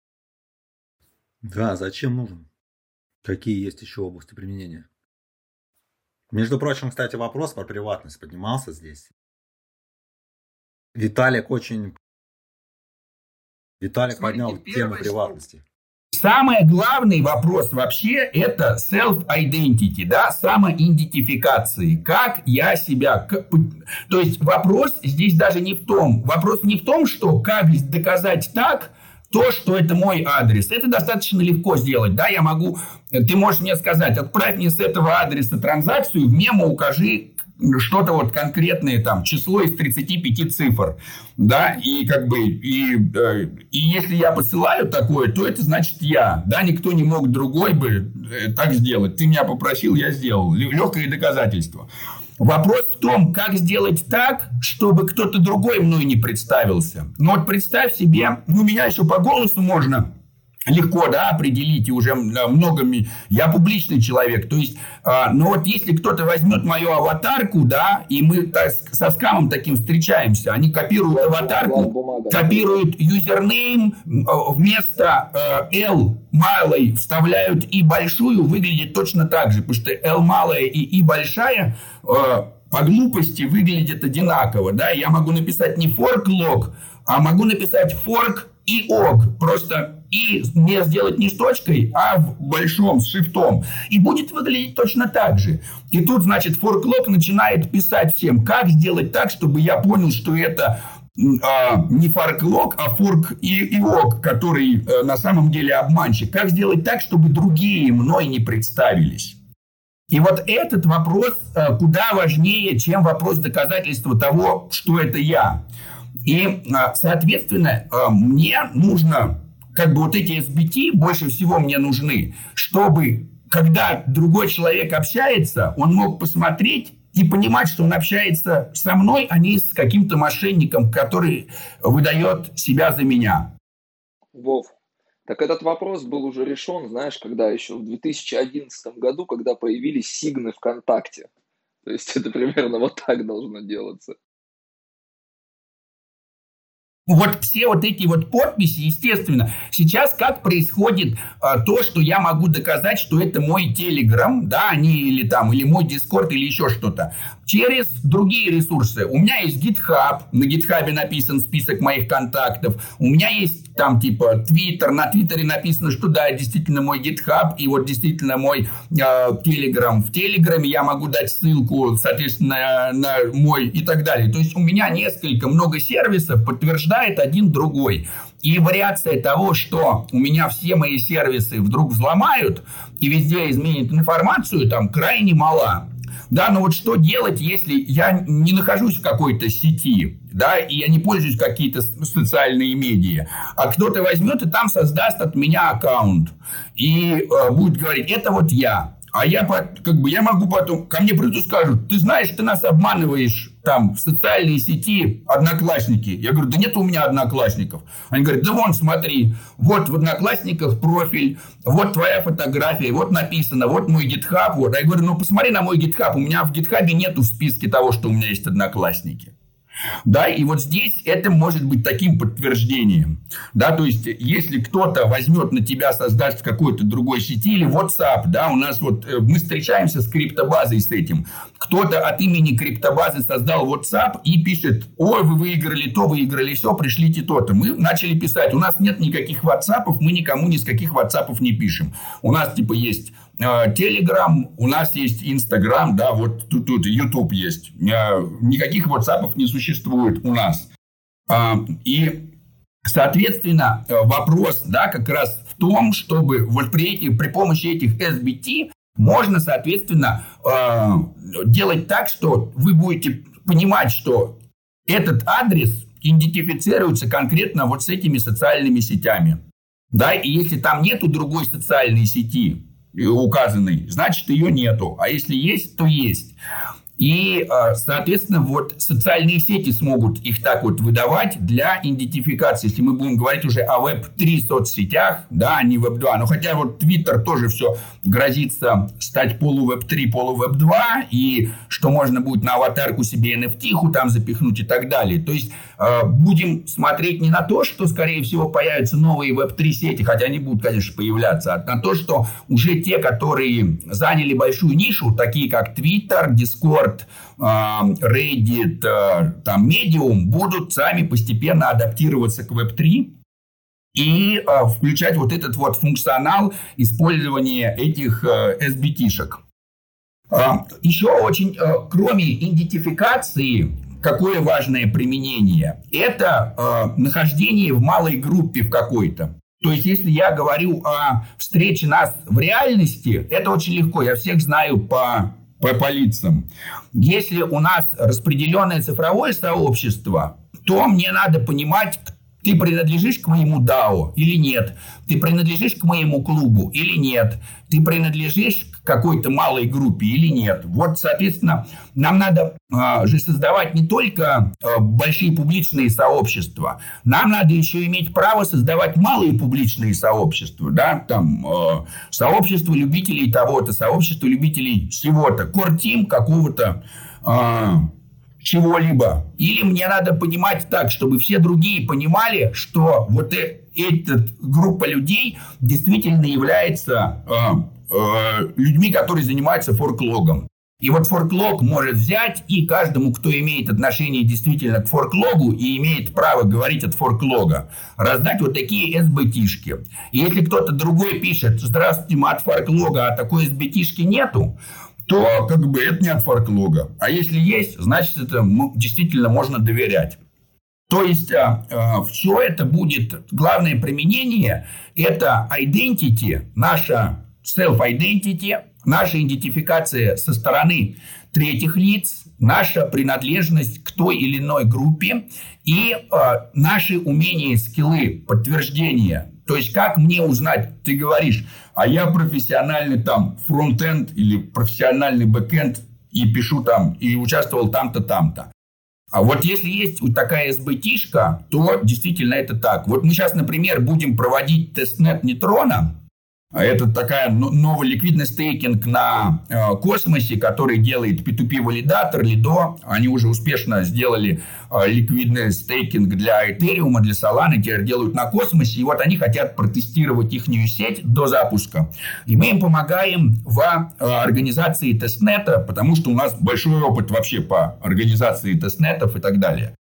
C: Да, зачем нужен? Какие есть еще области применения? Между прочим, кстати, вопрос про приватность поднимался здесь. Виталик очень... Виталик
B: Смотрите,
C: поднял тему приватности.
B: Самый главный вопрос вообще это self-identity, да, самоидентификации. Как я себя... То есть вопрос здесь даже не в том. Вопрос не в том, что как доказать так, то, что это мой адрес. Это достаточно легко сделать. Да, я могу... Ты можешь мне сказать, отправь мне с этого адреса транзакцию, в мемо укажи что-то вот конкретное там, число из тридцати пяти цифр, да, и как бы, и, и если я посылаю такое, то это значит я, да, никто не мог другой бы так сделать, ты меня попросил, я сделал, легкое доказательство. Вопрос в том, как сделать так, чтобы кто-то другой мной не представился. Ну вот представь себе, ну меня еще по голосу можно... легко, да, определить, и уже многими... Я публичный человек, то есть... Э, но вот если кто-то возьмет мою аватарку, да, и мы так, со скамом таким встречаемся, они копируют аватарку, копируют юзернейм, вместо э, L малой вставляют И большую, выглядит точно так же, потому что L малая и И большая... Э, по глупости выглядят одинаково, да, я могу написать не fork log, а могу написать fork и ог, просто и не сделать не с точкой, а в большом, с шрифтом. И будет выглядеть точно так же. И тут, значит, forklog начинает писать всем, как сделать так, чтобы я понял, что это а, не forklog, а fork и, и ог, который а, на самом деле обманщик. Как сделать так, чтобы другие мной не представились. И вот этот вопрос а, куда важнее, чем вопрос доказательства того, что это я. И, соответственно, мне нужно, как бы вот эти эс би ти больше всего мне нужны, чтобы, когда другой человек общается, он мог посмотреть и понимать, что он общается со мной, а не с каким-то мошенником, который выдает себя за меня.
A: Вов, так этот вопрос был уже решен, знаешь, когда еще в две тысячи одиннадцатом году, когда появились сигны ВКонтакте. То есть это примерно вот так должно делаться.
B: Вот все вот эти вот подписи, естественно, сейчас как происходит а, то, что я могу доказать, что это мой Telegram, да, они или там, или мой Discord, или еще что-то, через другие ресурсы. У меня есть GitHub, на GitHub написан список моих контактов, у меня есть там типа Twitter, на Твиттере написано, что да, действительно мой GitHub, и вот действительно мой э, Telegram. В Телеграме я могу дать ссылку, соответственно, на мой и так далее. То есть у меня несколько, много сервисов подтверждают один другой. И вариация того, что у меня все мои сервисы вдруг взломают и везде изменят информацию, там крайне мала. Да, но вот что делать, если я не нахожусь в какой-то сети, да, и я не пользуюсь какие-то социальные медиа, а кто-то возьмет и там создаст от меня аккаунт и э, будет говорить, это вот я. А я, как бы, я могу потом, ко мне придут и скажут, ты знаешь, ты нас обманываешь там в социальные сети, одноклассники. Я говорю, да нет у меня одноклассников. Они говорят, да вон, смотри, вот в одноклассниках профиль, вот твоя фотография, вот написано, вот мой GitHub. Вот. А я говорю, ну посмотри на мой GitHub, у меня в GitHub нету в списке того, что у меня есть одноклассники. Да, и вот здесь это может быть таким подтверждением. Да, то есть, если кто-то возьмет на тебя, создаст в какой-то другой сети или WhatsApp, да, у нас вот мы встречаемся с криптобазой с этим. Кто-то от имени криптобазы создал WhatsApp и пишет, ой, вы выиграли то, выиграли все, пришлите то-то. Мы начали писать, у нас нет никаких WhatsApp'ов, мы никому ни с каких WhatsApp'ов не пишем. У нас типа есть Telegram, у нас есть Instagram, да, вот тут, тут YouTube есть. Никаких WhatsApp'ов не существует у нас. И, соответственно, вопрос, да, как раз в том, чтобы вот при, этих, при помощи этих эс би ти можно, соответственно, делать так, что вы будете понимать, что этот адрес идентифицируется конкретно вот с этими социальными сетями. Да, и если там нету другой социальной сети указанной, значит, ее нету. А если есть, то есть. И, соответственно, вот социальные сети смогут их так вот выдавать для идентификации. Если мы будем говорить уже о веб три соцсетях, да, а не веб два. Но хотя вот Twitter тоже все грозится стать полу веб три, полу веб два. И что можно будет на аватарку себе эн эф ти-ху там запихнуть и так далее. То есть, э, будем смотреть не на то, что, скорее всего, появятся новые веб три сети, хотя они будут, конечно, появляться, а на то, что уже те, которые заняли большую нишу, такие как Twitter, Discord, Reddit, там, Medium, будут сами постепенно адаптироваться к веб три и э, включать вот этот вот функционал использования этих э, эс би ти-шек. Э, еще очень, э, кроме идентификации, какое важное применение, это э, нахождение в малой группе в какой-то. То есть, если я говорю о встрече нас в реальности, это очень легко, я всех знаю по... по, по лицам. Если у нас распределенное цифровое сообщество, то мне надо понимать, ты принадлежишь к моему дао или нет, ты принадлежишь к моему клубу или нет, ты принадлежишь к какой-то малой группе или нет. Вот, соответственно, нам надо э, же создавать не только э, большие публичные сообщества, нам надо еще иметь право создавать малые публичные сообщества, да, там э, сообщество любителей того-то, сообщество любителей всего-то, core-team какого-то э, чего-либо. Или мне надо понимать так, чтобы все другие понимали, что вот эта группа людей действительно является э, э, людьми, которые занимаются форклогом. И вот форклог может взять и каждому, кто имеет отношение действительно к форклогу и имеет право говорить от форклога, раздать вот такие эс би ти-шки. И если кто-то другой пишет: «Здравствуйте, мы от форклога, а такой эс би ти-шки нету», то как бы это не от форклога. А если есть, значит, это действительно можно доверять. То есть, а, а, все это будет, главное применение, это identity, наша self-identity, наша идентификация со стороны третьих лиц, наша принадлежность к той или иной группе и а, наши умения, скиллы, подтверждения. То есть, как мне узнать, ты говоришь, а я профессиональный там фронт-энд или профессиональный бэк-энд и пишу там, и участвовал там-то, там-то. А вот если есть вот такая эс би ти-шка, то действительно это так. Вот мы сейчас, например, будем проводить тестнет нейтрона. Это такая новый ликвидный стейкинг на э, космосе, который делает пи ту пи-валидатор, Lido. Они уже успешно сделали э, ликвидный стейкинг для Этериума, для Solana, теперь делают на космосе. И вот они хотят протестировать их сеть до запуска. И мы им помогаем в э, организации тестнета, потому что у нас большой опыт вообще по организации тестнетов и так далее.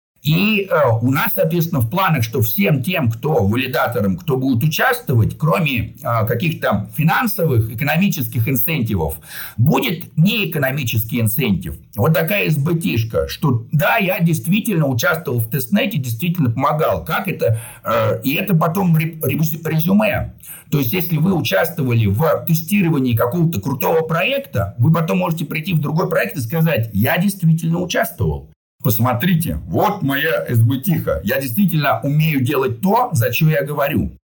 B: И э, у нас, соответственно, в планах, что всем тем, кто валидаторам, кто будет участвовать, кроме э, каких-то финансовых, экономических инсентивов, будет неэкономический инсентив. Вот такая эс би ти-шка, что да, я действительно участвовал в тестнете, действительно помогал. Как это? Э, и это потом резюме. То есть, если вы участвовали в тестировании какого-то крутого проекта, вы потом можете прийти в другой проект и сказать: я действительно участвовал. Посмотрите, вот моя эс би ти-ха. Я действительно умею делать то, за что я говорю.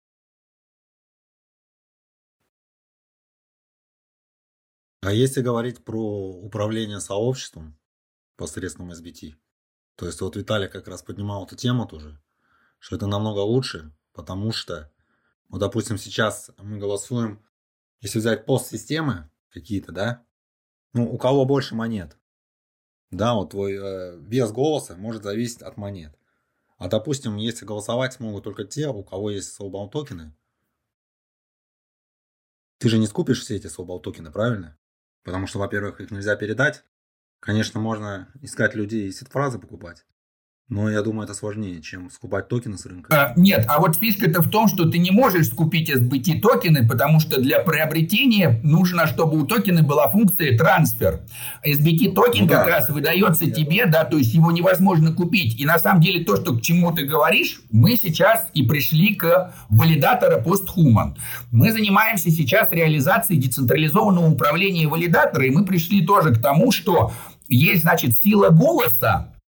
C: А если говорить про управление сообществом посредством эс би ти, то есть вот Виталий как раз поднимал эту тему тоже, что это намного лучше, потому что, вот, допустим, сейчас мы голосуем, если взять пост-системы какие-то, да, ну, у кого больше монет. Да, вот твой э, вес голоса может зависеть от монет. А, допустим, если голосовать смогут только те, у кого есть Soulbound токены, ты же не скупишь все эти Soulbound токены, правильно? Потому что, во-первых, их нельзя передать. Конечно, можно искать людей и сид-фразы покупать. Но я думаю, это сложнее, чем скупать токены с рынка.
B: А, нет, а вот фишка-то в том, что ты не можешь скупить эс би ти токены, потому что для приобретения нужно, чтобы у токена была функция трансфер. эс би ти токен ну, как да. раз выдается я тебе, да, то есть его невозможно купить. И на самом деле то, что к чему ты говоришь, мы сейчас и пришли к валидатора PostHuman. Мы занимаемся сейчас реализацией децентрализованного управления валидатора, и мы пришли тоже к тому, что есть, значит, сила голоса,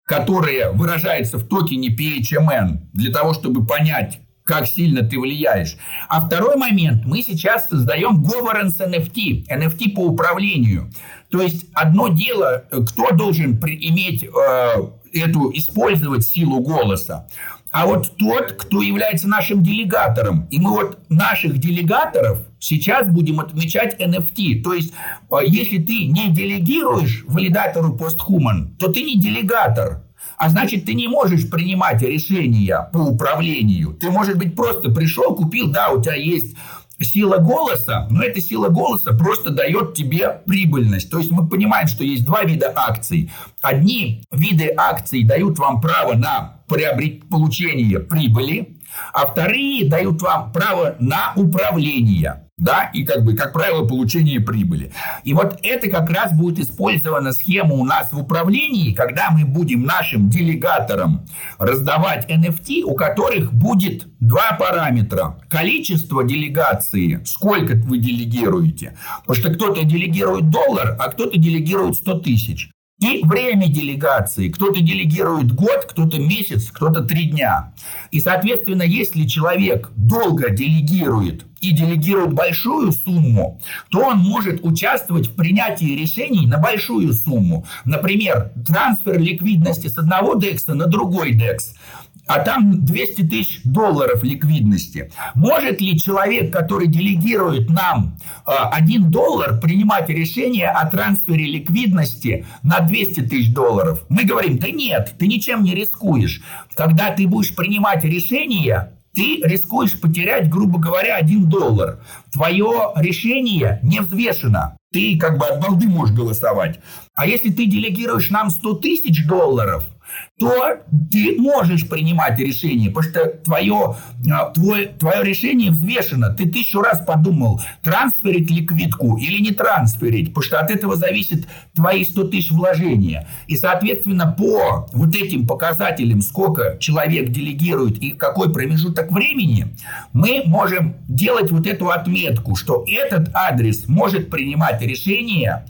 B: которое выражается в токене пи эйч эм эн, для того, чтобы понять, как сильно ты влияешь. А второй момент, мы сейчас создаем governance эн эф ти, эн эф ти по управлению. То есть одно дело, кто должен иметь э, эту, использовать силу голоса, а вот тот, кто является нашим делегатором. И мы вот наших делегаторов сейчас будем отмечать эн эф ти. То есть, если ты не делегируешь валидатору PostHuman, то ты не делегатор. А значит, ты не можешь принимать решения по управлению. Ты, может быть, просто пришел, купил, да, у тебя есть сила голоса, но эта сила голоса просто дает тебе прибыльность. То есть мы понимаем, что есть два вида акций. Одни виды акций дают вам право на приобрет... получение прибыли, а вторые дают вам право на управление. Да, и как бы, как правило, получение прибыли. И вот это как раз будет использована схема у нас в управлении, когда мы будем нашим делегаторам раздавать эн эф ти, у которых будет два параметра. Количество делегации, сколько вы делегируете. Потому что кто-то делегирует доллар, а кто-то делегирует сто тысяч. И время делегации. Кто-то делегирует год, кто-то месяц, кто-то три дня. И, соответственно, если человек долго делегирует и делегирует большую сумму, то он может участвовать в принятии решений на большую сумму. Например, трансфер ликвидности с одного декса на другой декс. А там двести тысяч долларов ликвидности. Может ли человек, который делегирует нам один доллар, принимать решение о трансфере ликвидности на двести тысяч долларов? Мы говорим, да нет, ты ничем не рискуешь. Когда ты будешь принимать решение, ты рискуешь потерять, грубо говоря, один доллар. Твое решение не взвешено. Ты как бы от балды можешь голосовать. А если ты делегируешь нам сто тысяч долларов, то ты можешь принимать решение, потому что твое, твое, твое решение взвешено. Ты тысячу раз подумал, трансферить ликвидку или не трансферить, потому что от этого зависит твои сто тысяч вложения. И, соответственно, по вот этим показателям, сколько человек делегирует и какой промежуток времени, мы можем делать вот эту отметку, что этот адрес может принимать решение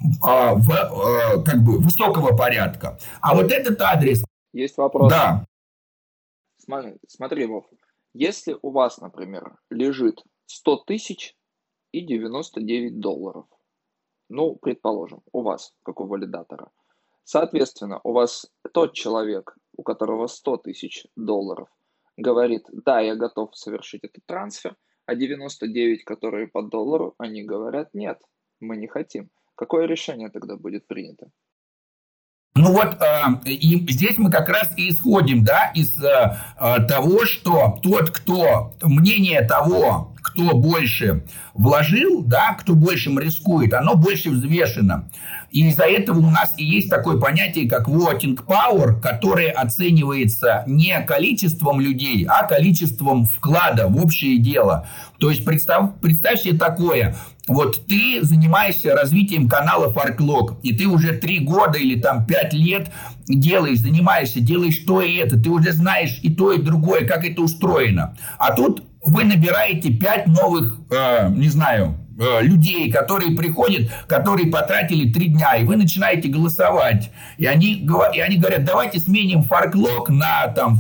B: в, как бы, высокого порядка. А вот этот адрес...
A: Есть вопрос.
B: Да.
A: Смотри, смотри, Вов. Если у вас, например, лежит сто тысяч и девяносто девять долларов, ну, предположим, у вас, как у валидатора, соответственно, у вас тот человек, у которого сто тысяч долларов, говорит, да, я готов совершить этот трансфер, а девяносто девять, которые по доллару, они говорят, нет, мы не хотим. Какое решение тогда будет принято?
B: Ну вот, э, и здесь мы как раз и исходим, да, из э, того, что тот, кто, мнение того, кто больше вложил, да, кто большим рискует, оно больше взвешено. И из-за этого у нас и есть такое понятие, как voting power, которое оценивается не количеством людей, а количеством вклада в общее дело. То есть представь, представь себе такое. Вот ты занимаешься развитием канала FarkLog, и ты уже три года или там пять лет делаешь, занимаешься, делаешь то и это. Ты уже знаешь и то, и другое, как это устроено. А тут вы набираете пять новых, э, не знаю, э, людей, которые приходят, которые потратили три дня, и вы начинаете голосовать. И они, и они говорят, давайте сменим FarkLog на там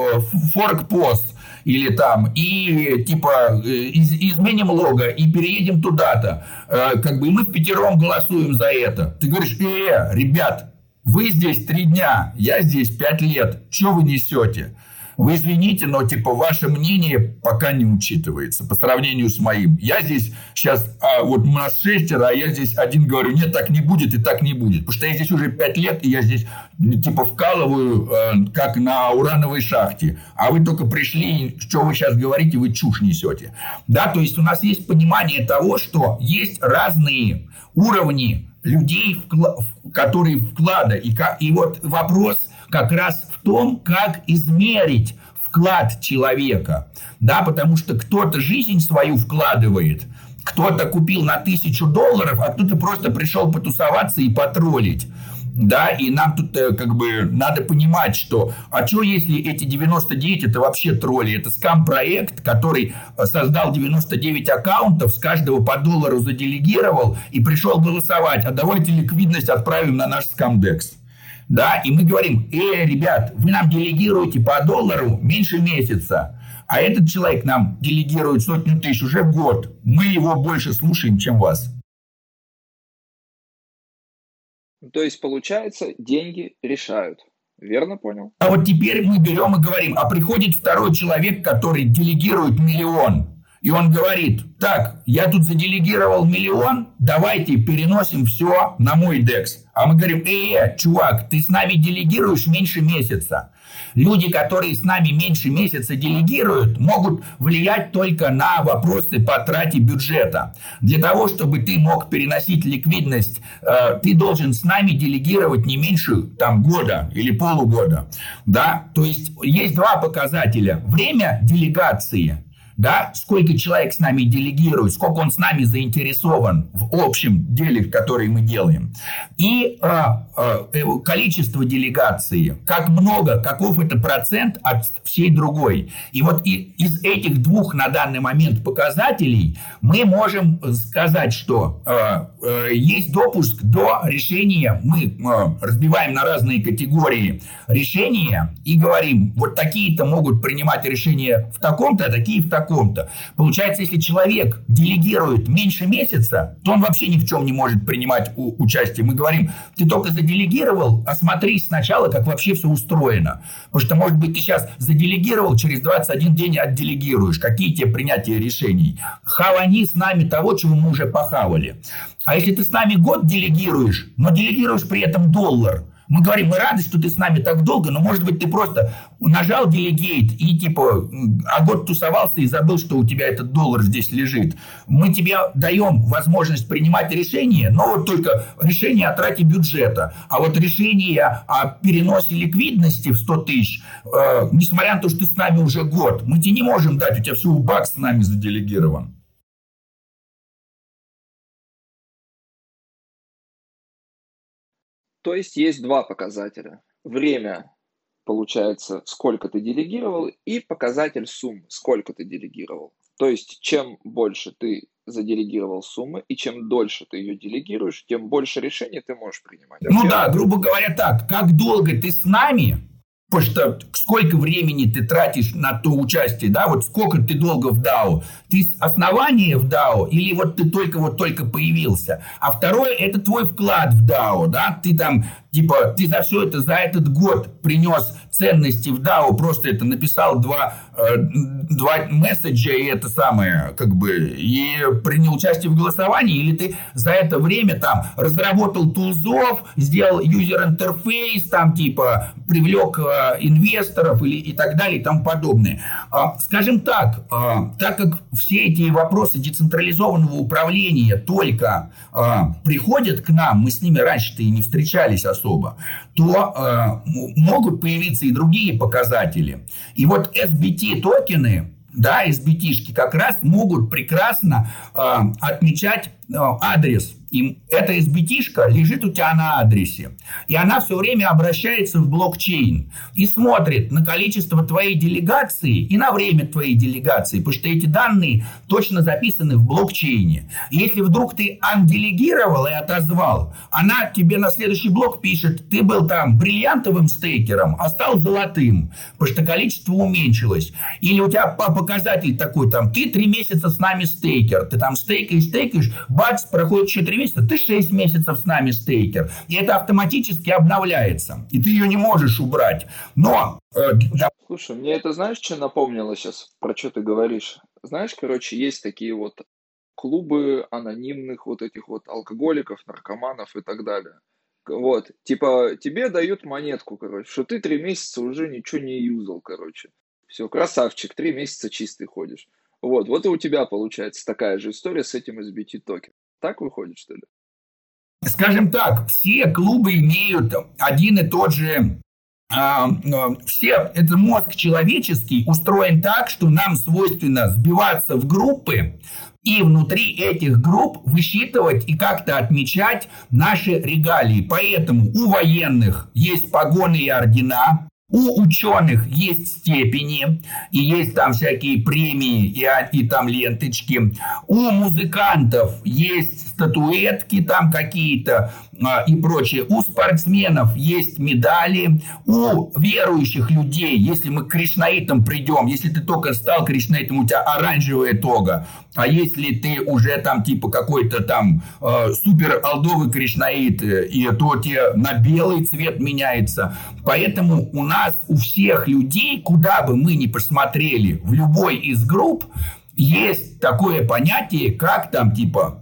B: ForkPost. Или там, и типа из, изменим лого, и переедем туда-то. Э, как бы и мы впятером голосуем за это. Ты говоришь, э, ребят, вы здесь три дня, я здесь пять лет. Что вы несете? Вы извините, но типа ваше мнение пока не учитывается по сравнению с моим. Я здесь сейчас, а, вот у нас шестеро, а я здесь один говорю, нет, так не будет и так не будет. Потому что я здесь уже пять лет, и я здесь типа вкалываю, э, как на урановой шахте. А вы только пришли, что вы сейчас говорите, вы чушь несете. Да, то есть у нас есть понимание того, что есть разные уровни людей, которые вклада. И, и вот вопрос как раз в том, как измерить вклад человека. Да, потому что кто-то жизнь свою вкладывает, кто-то купил на тысячу долларов, а кто-то просто пришел потусоваться и потроллить. Да, и нам тут как бы надо понимать, что, а что если эти девяносто девять это вообще тролли, это скам-проект, который создал девяносто девять аккаунтов, с каждого по доллару заделегировал и пришел голосовать, а давайте ликвидность отправим на наш скамдекс. Да, и мы говорим: э, ребят, вы нам делегируете по доллару меньше месяца, а этот человек нам делегирует сотню тысяч уже в год. Мы его больше слушаем, чем вас.
A: То есть, получается, деньги решают. Верно понял?
B: А вот теперь мы берем и говорим, а приходит второй человек, который делегирует миллион. И он говорит: так, я тут заделегировал миллион, давайте переносим все на мой декс. А мы говорим: э, чувак, ты с нами делегируешь меньше месяца. Люди, которые с нами меньше месяца делегируют, могут влиять только на вопросы по трате бюджета. Для того, чтобы ты мог переносить ликвидность, э, ты должен с нами делегировать не меньше там, года или полугода. Да? То есть есть два показателя. Время делегации. Да, сколько человек с нами делегирует, сколько он с нами заинтересован в общем деле, который мы делаем. И э, э, количество делегации, как много, каков это процент от всей другой. И вот и, из этих двух на данный момент показателей мы можем сказать, что э, э, есть допуск до решения. Мы э, разбиваем на разные категории решения и говорим: вот такие-то могут принимать решения в таком-то, а такие в таком. Таком-то. Получается, если человек делегирует меньше месяца, то он вообще ни в чем не может принимать у- участие. Мы говорим: ты только заделегировал, осмотрись сначала, как вообще все устроено. Потому что, может быть, ты сейчас заделегировал, через двадцать один день отделегируешь. Какие тебе принятия решений? Хавани с нами того, чего мы уже похавали. А если ты с нами год делегируешь, но делегируешь при этом доллар, мы говорим: мы рады, что ты с нами так долго, но, может быть, ты просто нажал делегейт и, типа, а год тусовался и забыл, что у тебя этот доллар здесь лежит. Мы тебе даем возможность принимать решения, но вот только решение о трате бюджета. А вот решение о переносе ликвидности в сто тысяч, э, несмотря на то, что ты с нами уже год, мы тебе не можем дать, у тебя всего бакс с нами заделегирован.
A: То есть есть два показателя. Время, получается, сколько ты делегировал, и показатель суммы, сколько ты делегировал. То есть чем больше ты заделегировал суммы, и чем дольше ты ее делегируешь, тем больше решений ты можешь принимать.
B: Ну Окей? Да, грубо говоря так, как долго ты с нами, потому что сколько времени ты тратишь на то участие, да, вот сколько ты долго в дао, ты с основания в дао или вот ты только вот только появился, а второе – это твой вклад в дао, да, ты там, типа, ты за все это, за этот год принес ценности в дао, просто это написал два, э, два месседжа и это самое, как бы, и принял участие в голосовании, или ты за это время там разработал тулзов, сделал юзер-интерфейс, там, типа, привлек э, инвесторов или, и так далее и тому подобное. А, скажем так, а, так как все эти вопросы децентрализованного управления только а, приходят к нам, мы с ними раньше-то и не встречались особо, то а, могут появиться и другие показатели. И вот эс би ти токены, да, эс би ти-шки как раз могут прекрасно э, отмечать э, адрес. И эта эс би ти-шка лежит у тебя на адресе. И она все время обращается в блокчейн и смотрит на количество твоей делегации и на время твоей делегации, потому что эти данные точно записаны в блокчейне. И если вдруг ты анделегировал и отозвал, она тебе на следующий блок пишет: ты был там бриллиантовым стейкером, а стал золотым, потому что количество уменьшилось. Или у тебя показатель такой, там, ты три месяца с нами стейкер, ты там стейкаешь, стейкаешь, бац, проходит еще три месяца, ты шесть месяцев с нами стейкер. И это автоматически обновляется. И ты ее не можешь убрать. Но... Э, да.
A: Слушай, мне это знаешь, что напомнило сейчас? Про что ты говоришь? Знаешь, короче, есть такие вот клубы анонимных вот этих вот алкоголиков, наркоманов и так далее. Вот, типа, тебе дают монетку, короче, что ты три месяца уже ничего не юзал, короче. Все, красавчик, три месяца чистый ходишь. Вот, вот и у тебя получается такая же история с этим эс би ти токен. Так выходит, что ли?
B: Скажем так, все клубы имеют один и тот же... Э, все, это мозг человеческий устроен так, что нам свойственно сбиваться в группы и внутри этих групп высчитывать и как-то отмечать наши регалии. Поэтому у военных есть погоны и ордена, У ученых есть степени, и есть там всякие премии, и, и там ленточки. У музыкантов есть статуэтки там какие-то а, и прочее. У спортсменов есть медали. У верующих людей, если мы к кришнаитам придем, если ты только стал кришнаитом, у тебя оранжевая тога. А если ты уже там типа какой-то там э, супер алдовый кришнаит, и то тебе на белый цвет меняется. Поэтому у нас, у всех людей, куда бы мы ни посмотрели, в любой из групп, есть такое понятие, как там типа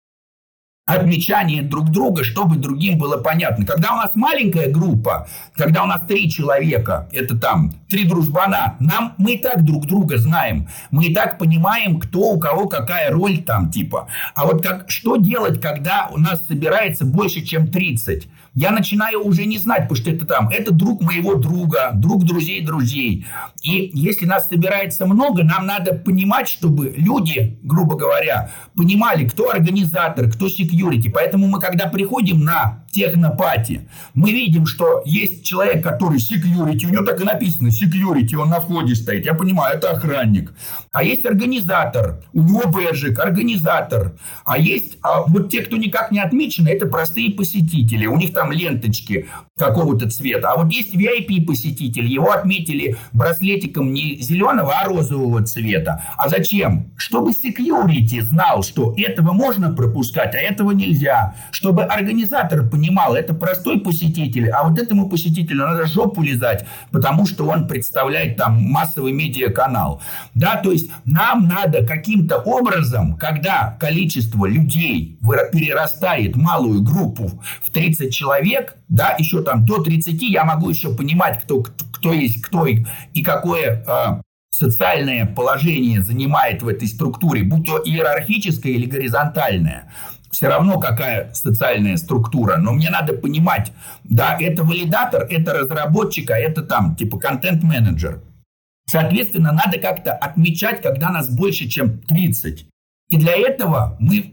B: отмечание друг друга, чтобы другим было понятно. Когда у нас маленькая группа, когда у нас три человека, это там три дружбана, нам, мы и так друг друга знаем. Мы и так понимаем, кто у кого какая роль там типа. А вот как, что делать, когда у нас собирается больше, чем тридцать? Я начинаю уже не знать, потому что это там, это друг моего друга, друг друзей друзей. И если нас собирается много, нам надо понимать, чтобы люди, грубо говоря, понимали, кто организатор, кто секьюрити. Поэтому мы, когда приходим на технопати, мы видим, что есть человек, который секьюрити, у него так и написано, секьюрити, он на входе стоит. Я понимаю, это охранник. А есть организатор, у него бэджик, организатор. А есть а вот те, кто никак не отмечены, это простые посетители. У них там ленточки какого-то цвета. А вот есть ви ай пи-посетитель, его отметили браслетиком не зеленого, а розового цвета. А зачем? Чтобы секьюрити знал, что этого можно пропускать, а этого нельзя. Чтобы организатор понимал, это простой посетитель, а вот этому посетителю надо жопу лизать, потому что он представляет там массовый медиаканал. Да, то есть нам надо каким-то образом, когда количество людей перерастает малую группу в тридцать человек, да, еще там до тридцати я могу еще понимать, кто, кто, кто есть кто и, и какое э, социальное положение занимает в этой структуре, будь то иерархическое или горизонтальное. Все равно какая социальная структура, но мне надо понимать, да, это валидатор, это разработчик, а это там типа контент-менеджер. Соответственно, надо как-то отмечать, когда нас больше, чем тридцать. И для этого мы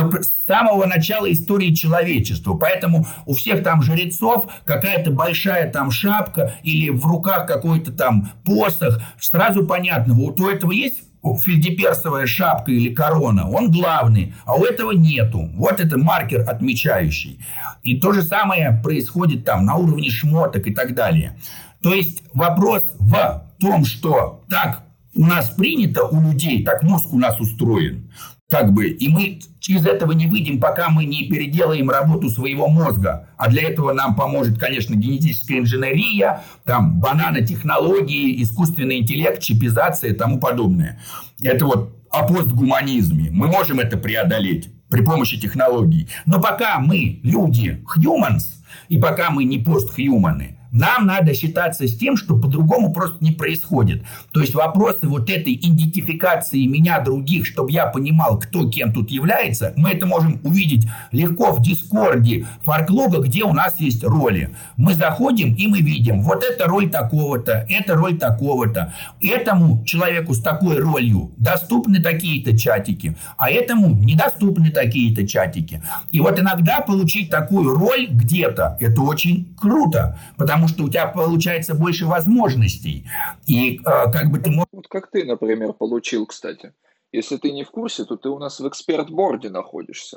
B: с самого начала истории человечества. Поэтому у всех там жрецов какая-то большая там шапка или в руках какой-то там посох. Сразу понятно, вот у этого есть фельдеперсовая шапка или корона, он главный, а у этого нету. Вот это маркер отмечающий. И то же самое происходит там на уровне шмоток и так далее. То есть вопрос в том, что так у нас принято у людей, так мозг у нас устроен. Как бы, и мы из этого не выйдем, пока мы не переделаем работу своего мозга. А для этого нам поможет, конечно, генетическая инженерия, там, бананотехнологии, искусственный интеллект, чипизация и тому подобное. Это вот о постгуманизме. Мы можем это преодолеть при помощи технологий. Но пока мы люди humans, и пока мы не постхьюманы, нам надо считаться с тем, что по-другому просто не происходит. То есть вопросы вот этой идентификации меня других, чтобы я понимал, кто кем тут является, мы это можем увидеть легко в Дискорде Фарклога, где у нас есть роли. Мы заходим и мы видим, вот эта роль такого-то, эта роль такого-то. Этому человеку с такой ролью доступны такие-то чатики, а этому недоступны такие-то чатики. И вот иногда получить такую роль где-то, это очень круто, потому что у тебя получается больше возможностей. И э, как бы ты можешь...
A: Вот как ты, например, получил, кстати. Если ты не в курсе, то ты у нас в эксперт-борде находишься.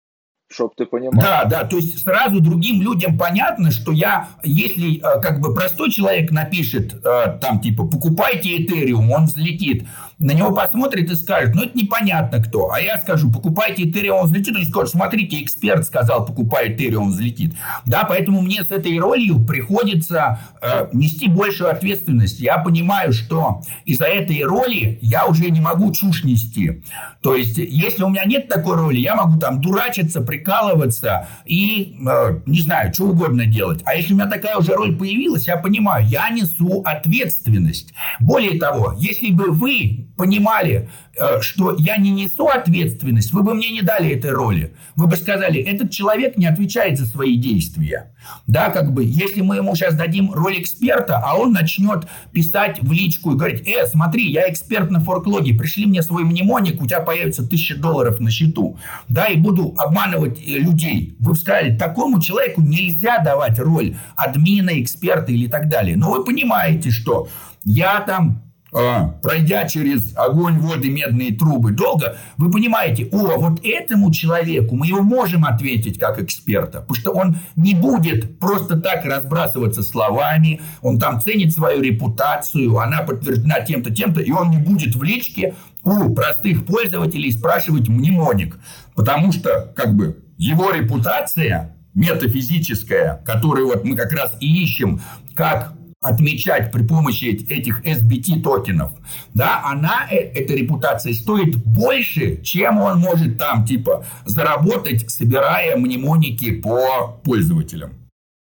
A: Чтоб ты понимал.
B: Да, да, то есть сразу другим людям понятно, что я, если э, как бы простой человек напишет, э, там типа, покупайте Ethereum, он взлетит, на него посмотрит и скажет, ну это непонятно кто. А я скажу, покупайте Ethereum, он взлетит, он скажет, смотрите, эксперт сказал, покупай Ethereum, он взлетит. Да, поэтому мне с этой ролью приходится э, нести большую ответственность. Я понимаю, что из-за этой роли я уже не могу чушь нести. То есть, если у меня нет такой роли, я могу там дурачиться, прикалываться и, э, не знаю, что угодно делать. А если у меня такая уже роль появилась, я понимаю, я несу ответственность. Более того, если бы вы понимали, что я не несу ответственность, вы бы мне не дали этой роли. Вы бы сказали, этот человек не отвечает за свои действия. Да, как бы, если мы ему сейчас дадим роль эксперта, а он начнет писать в личку и говорить, э, смотри, я эксперт на форклоге, пришли мне свой мнемоник, у тебя появится тысяча долларов на счету, да, и буду обманывать людей. Вы бы сказали, такому человеку нельзя давать роль админа, эксперта или так далее. Но вы понимаете, что я там... пройдя через огонь, воды, медные трубы долго, вы понимаете, о, вот этому человеку мы его можем ответить как эксперта, потому что он не будет просто так разбрасываться словами, он там ценит свою репутацию, она подтверждена тем-то, тем-то, и он не будет в личке у простых пользователей спрашивать мнемоник, потому что, как бы, его репутация метафизическая, которую вот мы как раз и ищем, как отмечать при помощи этих эс би ти токенов, да, она, эта репутация стоит больше, чем он может там, типа, заработать, собирая мнемоники по пользователям.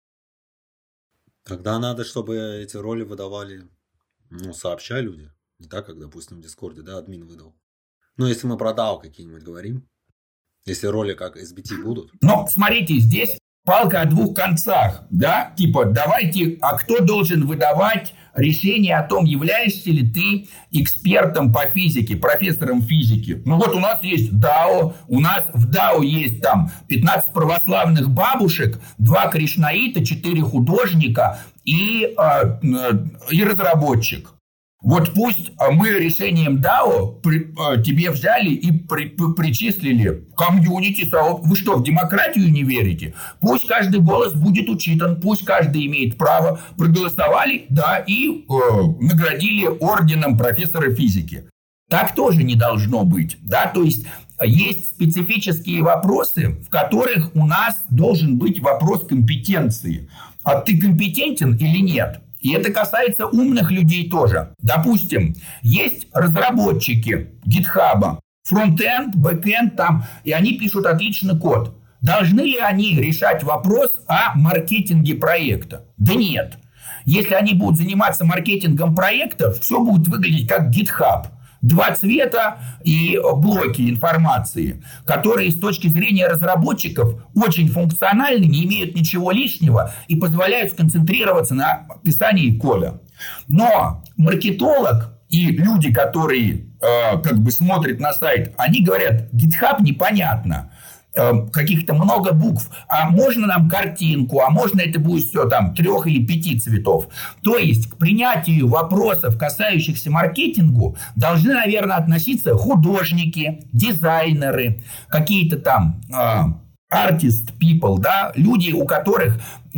C: Тогда надо, чтобы эти роли выдавали, ну, сообща люди. Не так, как, допустим, в Дискорде, да, админ выдал. Ну, если мы про дао какие-нибудь говорим, если роли как эс би ти будут.
B: Но, смотрите, здесь палка о двух концах, да, типа, давайте, а кто должен выдавать решение о том, являешься ли ты экспертом по физике, профессором физики. Ну вот у нас есть дао, у нас в дао есть там пятнадцать православных бабушек, два кришнаита, четыре художника и, э, и разработчик. Вот пусть мы решением дао при, э, тебе взяли и при, при, причислили комьюнити. Вы что, в демократию не верите? Пусть каждый голос будет учитан, пусть каждый имеет право. Проголосовали, да, и э, наградили орденом профессора физики. Так тоже не должно быть, да, то есть есть специфические вопросы, в которых у нас должен быть вопрос компетенции. А ты компетентен или нет? И это касается умных людей тоже. Допустим, есть разработчики GitHub, фронтенд, бэкенд там, и они пишут отличный код. Должны ли они решать вопрос о маркетинге проекта? Да нет. Если они будут заниматься маркетингом проектов, все будет выглядеть как GitHub. Два цвета и блоки информации, которые с точки зрения разработчиков очень функциональны, не имеют ничего лишнего и позволяют сконцентрироваться на писании кода. Но маркетолог и люди, которые э, как бы смотрят на сайт, они говорят, GitHub непонятно. Каких-то много букв, а можно нам картинку, а можно это будет все там трех или пяти цветов. То есть к принятию вопросов, касающихся маркетингу, должны, наверное, относиться художники, дизайнеры, какие-то там artist people, да, люди, у которых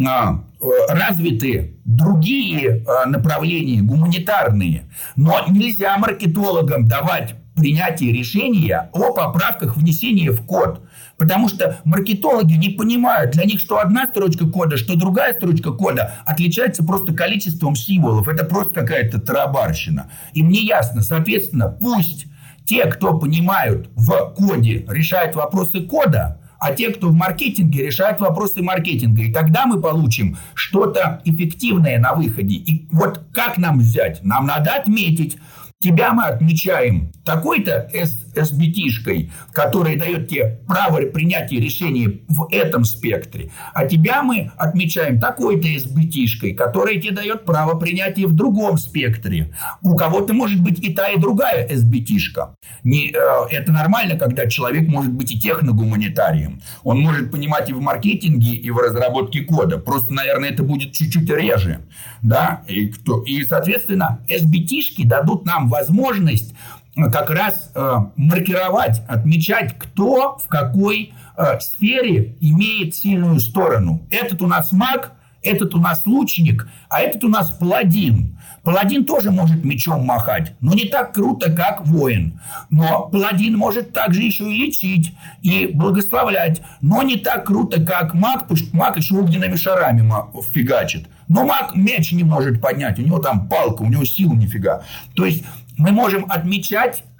B: развиты другие направления, гуманитарные. Но нельзя маркетологам давать принятие решения о поправках внесения в код. Потому что маркетологи не понимают, для них что одна строчка кода, что другая строчка кода отличается просто количеством символов. Это просто какая-то тарабарщина. Им не ясно. Соответственно, пусть те, кто понимают в коде, решают вопросы кода, а те, кто в маркетинге, решают вопросы маркетинга. И тогда мы получим что-то эффективное на выходе. И вот как нам взять? Нам надо отметить. Тебя мы отмечаем такой-то эс би ти-шкой, которая дает тебе право принятия решения в этом спектре, а тебя мы отмечаем такой-то эс би ти-шкой, которая тебе дает право принятия в другом спектре. У кого-то может быть и та, и другая эс би ти-шка. Не, э, это нормально, когда человек может быть и техногуманитарием. Он может понимать и в маркетинге, и в разработке кода. Просто, наверное, это будет чуть-чуть реже. Да? И, кто, и, соответственно, эс би ти-шки дадут нам возможность как раз э, маркировать, отмечать, кто в какой э, сфере имеет сильную сторону. Этот у нас маг, этот у нас лучник, а этот у нас паладин. Паладин тоже может мечом махать, но не так круто, как воин. Но паладин может также еще и лечить, и благословлять, но не так круто, как маг, потому что маг еще огненными шарами фигачит. Но маг меч не может поднять, у него там палка, у него сил нифига. То есть мы можем отмечать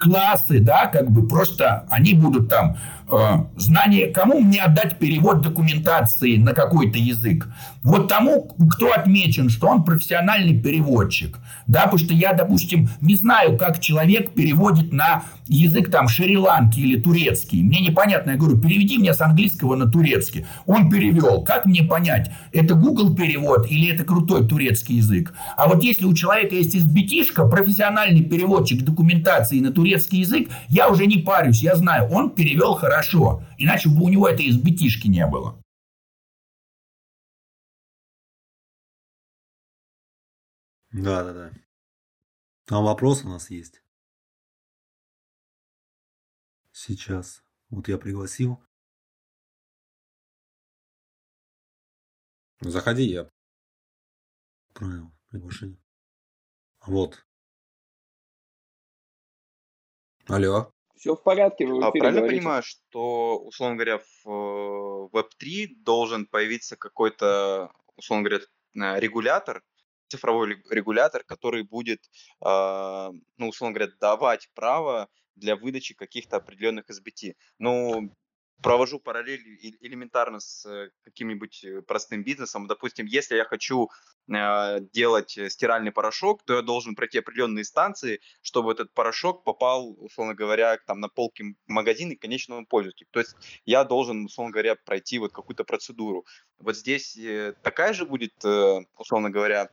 B: классы, да, как бы просто они будут там э, знание, кому мне отдать перевод документации на какой-то язык. Вот тому, кто отмечен, что он профессиональный переводчик. Да, потому что я, допустим, не знаю, как человек переводит на язык там Шри-Ланки или турецкий. Мне непонятно. Я говорю, переведи мне с английского на турецкий. Он перевел. Как мне понять, это Google перевод или это крутой турецкий язык? А вот если у человека есть эс би ти-шка, профессиональный переводчик документации на турецкий язык, я уже не парюсь, я знаю, он перевел хорошо. Иначе бы у него этой эс би ти-шки не было.
C: Да, да, да. Там вопрос у нас есть. Сейчас. Вот я пригласил. Заходи, я отправил приглашение. Вот. Алло.
A: Все в порядке, вы в
D: А
A: эфире
D: правильно
A: говорите.
D: понимаю, что, условно говоря, в веб три должен появиться какой-то, условно говоря, э, регулятор, цифровой лег- регулятор, который будет, а, ну, условно говоря, давать право для выдачи каких-то определенных эс би ти. Ну, провожу параллель и- элементарно с э, каким-нибудь э, простым бизнесом. Допустим, если я хочу э, делать э, стиральный порошок, то я должен пройти определенные инстанции, чтобы этот порошок попал, условно говоря, там, на полки м- магазина к конечному пользователю. То есть я должен, условно говоря, пройти вот какую-то процедуру. Вот здесь э, такая же будет, э, условно говоря,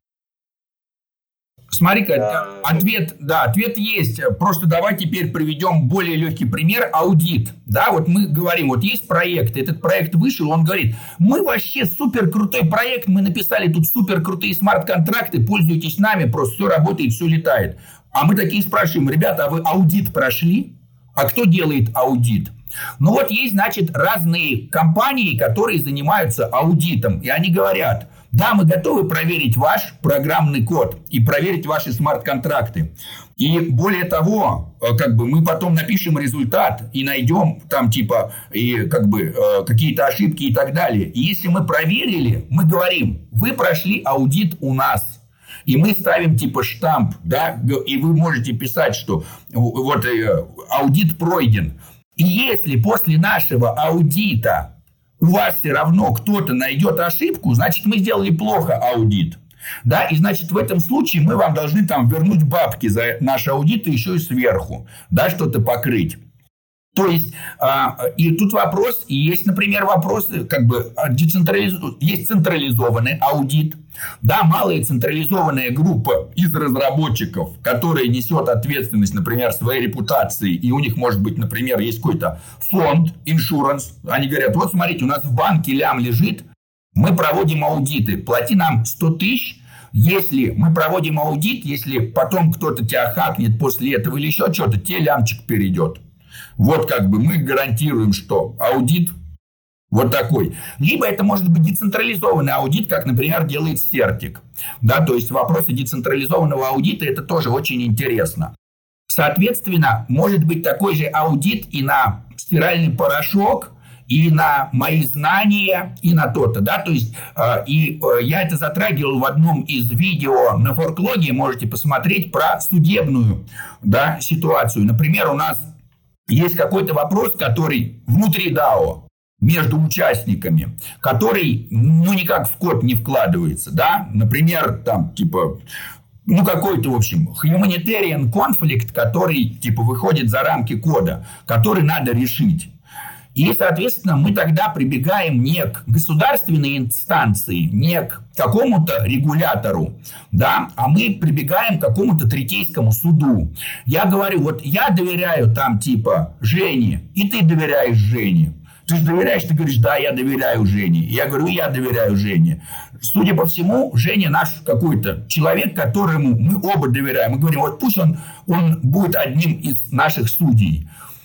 B: Смотри-ка,
D: для...
B: ответ, да, ответ есть. Просто давай теперь приведем более легкий пример. Аудит. Да, вот мы говорим, вот есть проект, этот проект вышел, он говорит, мы вообще супер крутой проект, мы написали тут супер крутые смарт-контракты, пользуйтесь нами, просто все работает, все летает. А мы такие спрашиваем, ребята, а вы аудит прошли? А кто делает аудит? Ну вот есть, значит, разные компании, которые занимаются аудитом, и они говорят, да, мы готовы проверить ваш программный код и проверить ваши смарт-контракты. И более того, э, как бы мы потом напишем результат и найдем там типа и как бы э, какие-то ошибки и так далее. И если мы проверили, мы говорим, вы прошли аудит у нас. И мы ставим типа штамп, да, г- и вы можете писать, что в- вот э, аудит пройден. И если после нашего аудита у вас все равно кто-то найдет ошибку, значит, мы сделали плохо аудит. Да, и значит, в этом случае мы вам должны там вернуть бабки за наш аудит и еще и сверху, да, что-то покрыть. То есть, а, и тут вопрос, и есть, например, вопрос, как бы, децентрализ... есть централизованный аудит, да, малая централизованная группа из разработчиков, которая несет ответственность, например, своей репутации, и у них, может быть, например, есть какой-то фонд, иншуранс, они говорят, вот смотрите, у нас в банке лям лежит, мы проводим аудиты, плати нам сто тысяч, если мы проводим аудит, если потом кто-то тебя хакнет после этого или еще что-то, тебе лямчик перейдет. Вот как бы мы гарантируем, что аудит вот такой. Либо это может быть децентрализованный аудит, как, например, делает Сертик. Да, то есть вопросы децентрализованного аудита – это тоже очень интересно. Соответственно, может быть такой же аудит и на стиральный порошок, и на мои знания, и на то-то, да, то есть, э, и э, я это затрагивал в одном из видео на форклоге, можете посмотреть про судебную, да, ситуацию. Например, у нас есть какой-то вопрос, который внутри дао, между участниками, который, ну, никак в код не вкладывается, да, например, там, типа, ну, какой-то, в общем, humanitarian conflict, который, типа, выходит за рамки кода, который надо решить. И, соответственно, мы тогда прибегаем не к государственной инстанции, не к какому-то регулятору, да, а мы прибегаем к какому-то третейскому суду. Я говорю, вот я доверяю там типа Жене, и ты доверяешь Жене. Ты же доверяешь, ты говоришь, да, я доверяю Жене. Я говорю, я доверяю Жене. Судя по всему, Женя наш какой-то человек, которому мы оба доверяем. Мы говорим, вот пусть он, он будет одним из наших судей.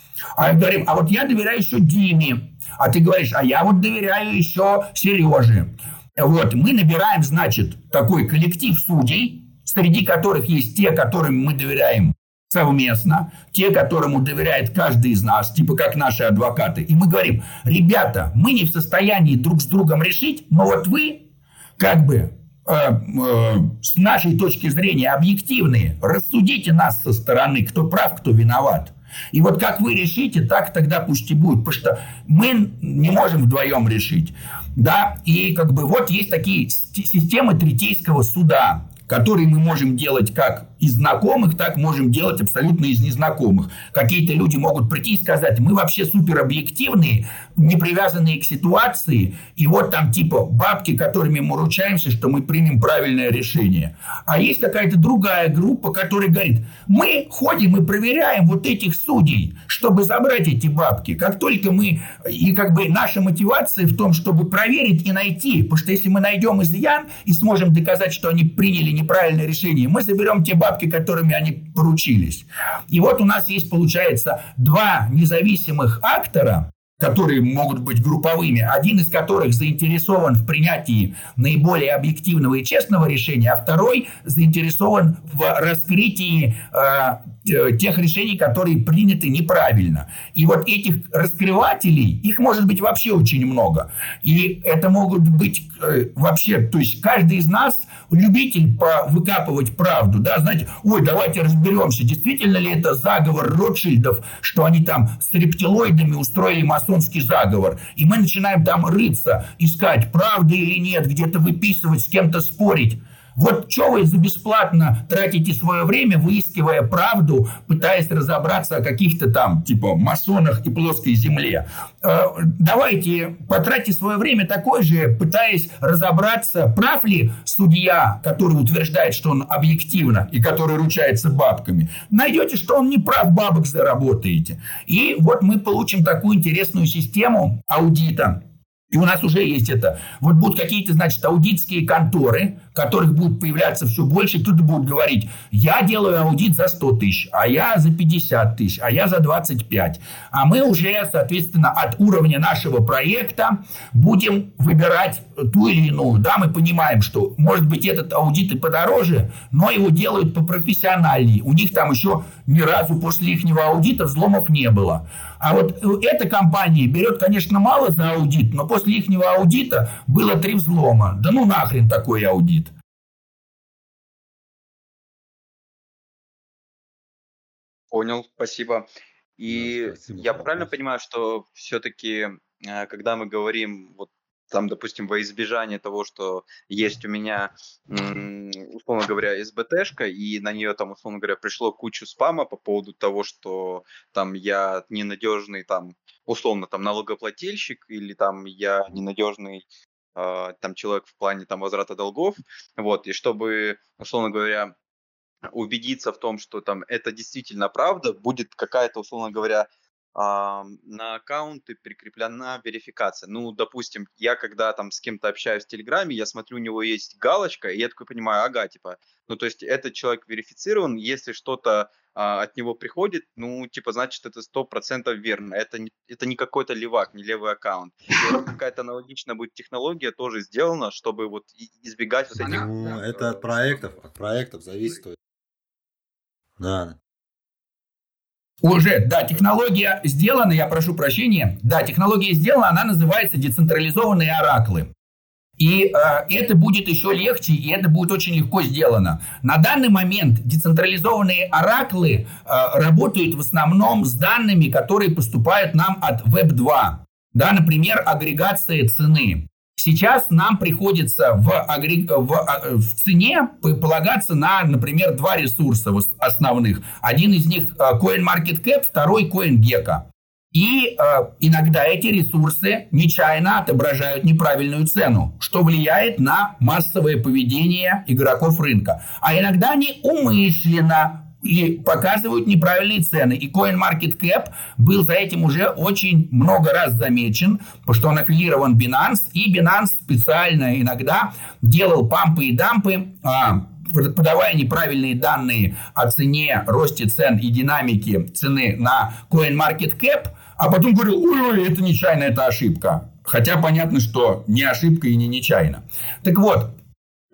B: А мы говорим, а вот я доверяю еще Диме. А ты говоришь, а я вот доверяю еще Сереже. Вот, мы набираем, значит, такой коллектив судей, среди которых есть те, которым мы доверяем совместно, те, которому доверяет каждый из нас, типа как наши адвокаты. И мы говорим, ребята, мы не в состоянии друг с другом решить, но вот вы, как бы, э, э, с нашей точки зрения объективные, рассудите нас со стороны, кто прав, кто виноват. И вот как вы решите, так тогда пусть и будет. Потому что мы не можем вдвоем решить. Да? И как бы вот есть такие системы третейского суда, которые мы можем делать как из знакомых, так можем делать абсолютно из незнакомых. Какие-то люди могут прийти и сказать, мы вообще супер объективные, не привязанные к ситуации, и вот там типа бабки, которыми мы ручаемся, что мы примем правильное решение. А есть какая-то другая группа, которая говорит, мы ходим и проверяем вот этих судей, чтобы забрать эти бабки. Как только мы, и как бы наша мотивация в том, чтобы проверить и найти, потому что если мы найдем изъян и сможем доказать, что они приняли неправильное решение, мы заберем те бабки, которыми они поручились. И вот у нас есть, получается, два независимых актора, которые могут быть групповыми, один из которых заинтересован в принятии наиболее объективного и честного решения, а второй заинтересован в раскрытии э, тех решений, которые приняты неправильно. И вот этих раскрывателей, их может быть вообще очень много. И это могут быть э, вообще, то есть каждый из нас любитель выкапывать правду, да, знаете, ой, давайте разберемся, действительно ли это заговор Ротшильдов, что они там с рептилоидами устроили масонский заговор, и мы начинаем там рыться, искать, правда или нет, где-то выписывать, с кем-то спорить. Вот что вы за бесплатно тратите свое время, выискивая правду, пытаясь разобраться о каких-то там, типа, масонах и плоской земле. Давайте потратьте свое время такое же, пытаясь разобраться, прав ли судья, который утверждает, что он объективно и который ручается бабками. Найдете, что он не прав, бабок заработаете. И вот мы получим такую интересную систему аудита. И у нас уже есть это. Вот будут какие-то, значит, аудитские конторы, которых будет появляться все больше. Кто-то будет говорить, я делаю аудит за сто тысяч, а я за пятьдесят тысяч, а я за двадцать пять. А мы уже, соответственно, от уровня нашего проекта будем выбирать ту или иную. Да, мы понимаем, что, может быть, этот аудит и подороже, но его делают попрофессиональнее. У них там еще ни разу после ихнего аудита взломов не было. А вот эта компания берет, конечно, мало за аудит, но после ихнего аудита было три взлома. Да ну нахрен такой аудит.
D: Понял, спасибо. И
C: Да, спасибо
D: я
C: за
D: правильно
C: вопрос.
D: понимаю, что все-таки, когда мы говорим, вот там, допустим, во избежание того, что есть у меня, м, условно говоря, СБТшка, и на нее там, условно говоря, пришло кучу спама по поводу того, что там я ненадежный, там, условно, там, налогоплательщик, или там я ненадежный а, там человек в плане там возврата долгов, вот, и чтобы, условно говоря, убедиться в том, что там это действительно правда, будет какая-то, условно говоря, а, на аккаунты прикреплена верификация. Ну, допустим, я когда там с кем-то общаюсь в Телеграме, я смотрю, у него есть галочка, и я такой понимаю, ага, типа, ну, то есть этот человек верифицирован, если что-то а, от него приходит, ну, типа, значит, это сто процентов верно. Это не, это не какой-то левак, не левый аккаунт. И вот какая-то аналогичная будет технология тоже сделана, чтобы вот и- избегать вот этих...
C: Ну,
D: э,
C: это от проектов, от проектов зависит. то есть. Да.
B: Уже, да, технология сделана, я прошу прощения. Да, технология сделана, она называется децентрализованные ораклы. И э, это будет еще легче, и это будет очень легко сделано. На данный момент децентрализованные ораклы э, работают в основном с данными, которые поступают нам от веб два. Да, например, агрегация цены. Сейчас нам приходится в, агрег... в, в цене полагаться на, например, два ресурса основных. Один из них CoinMarketCap, второй CoinGecko. И э, иногда эти ресурсы нечаянно отображают неправильную цену, что влияет на массовое поведение игроков рынка. А иногда они умышленно и показывают неправильные цены. И CoinMarketCap был за этим уже очень много раз замечен, потому что он аффилирован Binance, и Binance специально иногда делал пампы и дампы, подавая неправильные данные о цене, росте цен и динамике цены на CoinMarketCap, а потом говорил, ой-ой, это нечаянно, это ошибка. Хотя понятно, что не ошибка и не нечаянно. Так вот,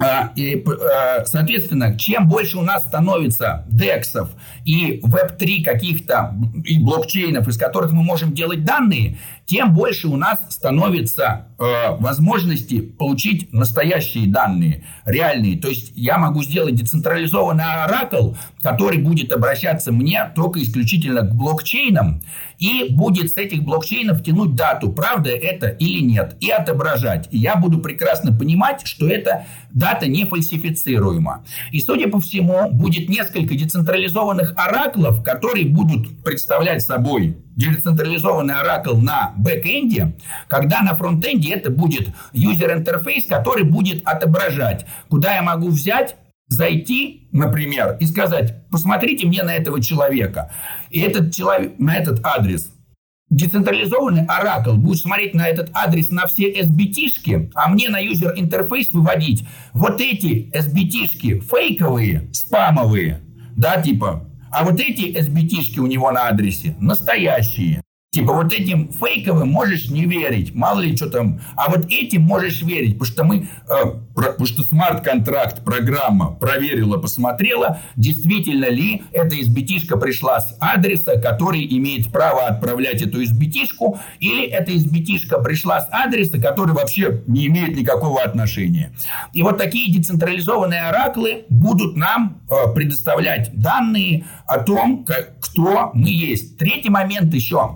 B: И, соответственно, чем больше у нас становится дексов и веб три каких-то и блокчейнов, из которых мы можем делать данные, тем больше у нас становится э, возможности получить настоящие данные, реальные. То есть я могу сделать децентрализованный оракл, который будет обращаться мне только исключительно к блокчейнам и будет с этих блокчейнов тянуть дату, правда это или нет, и отображать. И я буду прекрасно понимать, что эта дата не фальсифицируема. И, судя по всему, будет несколько децентрализованных ораклов, которые будут представлять собой децентрализованный оракл на бэкэнде, когда на фронтенде это будет юзер-интерфейс, который будет отображать, куда я могу взять, зайти, например, и сказать: посмотрите мне на этого человека. И этот человек, на этот адрес. Децентрализованный оракл будет смотреть на этот адрес на все эс би ти-шки, а мне на юзер-интерфейс выводить вот эти эс би ти-шки фейковые, спамовые, да, типа, а вот эти эс би ти-шки у него на адресе настоящие. Типа вот этим фейковым можешь не верить, мало ли что там, а вот этим можешь верить, потому что мы, э, про, потому что смарт-контракт программа проверила, посмотрела, действительно ли эта эс би ти-шка пришла с адреса, который имеет право отправлять эту эс би ти-шку, или эта эс би ти-шка пришла с адреса, который вообще не имеет никакого отношения. И вот такие децентрализованные ораклы будут нам э, предоставлять данные о том, как, кто мы есть. Третий момент еще.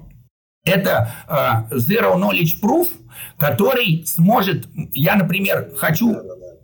B: Это э, Zero Knowledge Proof, который сможет, я, например, хочу,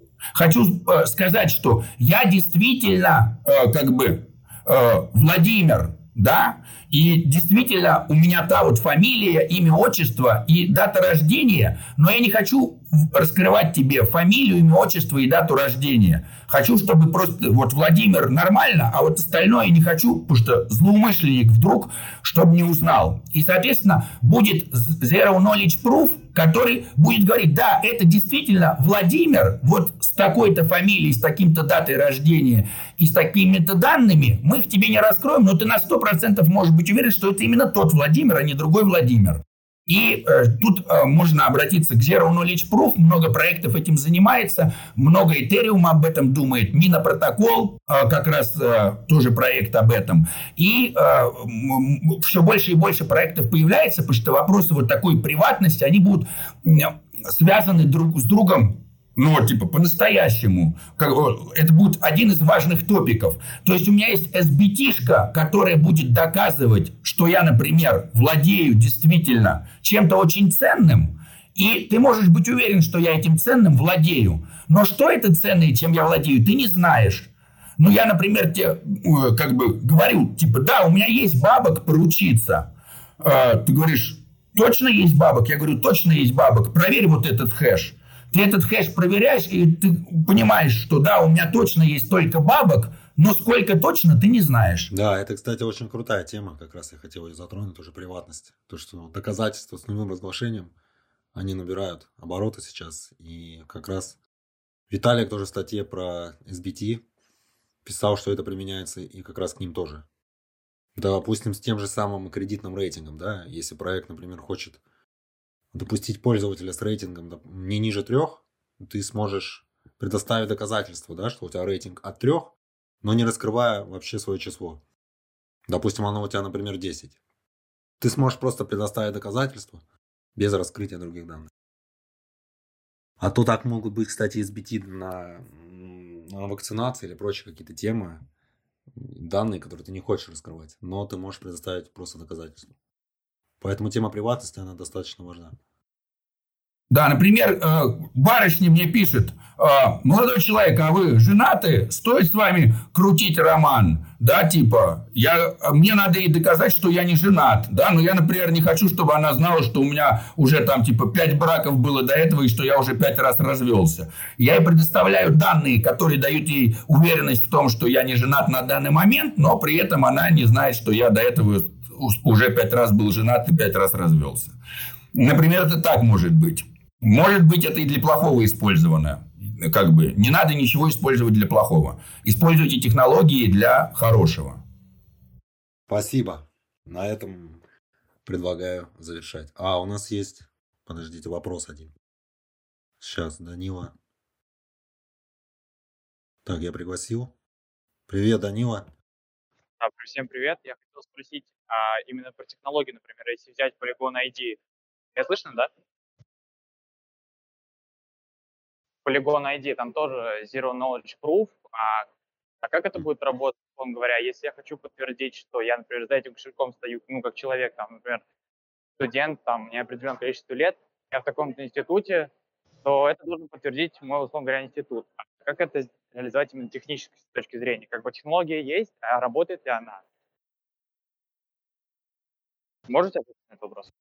B: хочу э, сказать, что я действительно э, как бы э, Владимир, да, и действительно у меня та вот фамилия, имя, отчество и дата рождения, но я не хочу раскрывать тебе фамилию, имя, отчество и дату рождения. Хочу, чтобы просто вот Владимир нормально, а вот остальное не хочу, потому что злоумышленник вдруг, чтобы не узнал. И, соответственно, будет Zero Knowledge Proof, который будет говорить: да, это действительно Владимир, вот с такой-то фамилией, с таким-то датой рождения и с такими-то данными, мы их тебе не раскроем, но ты на сто процентов можешь быть уверен, что это именно тот Владимир, а не другой Владимир. И э, тут э, можно обратиться к Zero Knowledge Proof, много проектов этим занимается, много Ethereum об этом думает, Mina Protocol э, как раз э, тоже проект об этом. И э, все больше и больше проектов появляется, потому что вопросы вот такой приватности, они будут связаны друг с другом. Ну, типа, по-настоящему. Это будет один из важных топиков. То есть, у меня есть эс би ти-шка, которая будет доказывать, что я, например, владею действительно чем-то очень ценным, и ты можешь быть уверен, что я этим ценным владею. Но что это ценное, чем я владею, ты не знаешь. Ну, я, например, тебе как бы говорю, типа, да, у меня есть бабок поручиться. Ты говоришь: точно есть бабок? Я говорю: точно есть бабок. Проверь вот этот хэш. Ты этот хэш проверяешь, и ты понимаешь, что да, у меня точно есть столько бабок, но сколько точно, ты не знаешь.
C: Да, это, кстати, очень крутая тема, как раз я хотел ее затронуть, тоже приватность. То, что доказательства с нулевым разглашением, они набирают обороты сейчас. И как раз Виталик тоже в статье про эс би ти писал, что это применяется и как раз к ним тоже. Да, допустим, с тем же самым кредитным рейтингом, да, если проект, например, хочет допустить пользователя с рейтингом не ниже трех, ты сможешь предоставить доказательство, да, что у тебя рейтинг от трех, но не раскрывая вообще свое число. Допустим, оно у тебя, например, десять. Ты сможешь просто предоставить доказательство без раскрытия других данных. А то так могут быть, кстати, эс би ти на, на вакцинации или прочие какие-то темы, данные, которые ты не хочешь раскрывать, но ты можешь предоставить просто доказательства. Поэтому тема приватности, она достаточно важна.
B: Да, например, барышня мне пишет: молодой человек, а вы женаты? Стоит с вами крутить роман? Да, типа, я, мне надо ей доказать, что я не женат. Да, но я, например, не хочу, чтобы она знала, что у меня уже там типа пять браков было до этого, и что я уже пять раз развелся. Я ей предоставляю данные, которые дают ей уверенность в том, что я не женат на данный момент, но при этом она не знает, что я до этого уже пять раз был женат и пять раз развелся. Например, это так может быть. Может быть, это и для плохого использовано. Как бы не надо ничего использовать для плохого. Используйте технологии для хорошего.
C: Спасибо. На этом предлагаю завершать. А, у нас есть, подождите, вопрос один. Сейчас, Данила. Так, я пригласил. Привет, Данила.
F: Да, всем привет. Я хотел спросить а, именно про технологии, например, если взять Polygon ай ди. Я слышно, да? Polygon ай ди, там тоже Zero Knowledge Proof. А, а как это будет работать, условно говоря, если я хочу подтвердить, что я, например, за этим кошельком стою, ну, как человек, там, например, студент, там, неопределенное количество лет, я в таком-то институте, то это должен подтвердить мой, условно говоря, институт. А как это реализовать именно технически с точки зрения? Как бы технология есть, а работает ли она? Можете ответить на этот вопрос?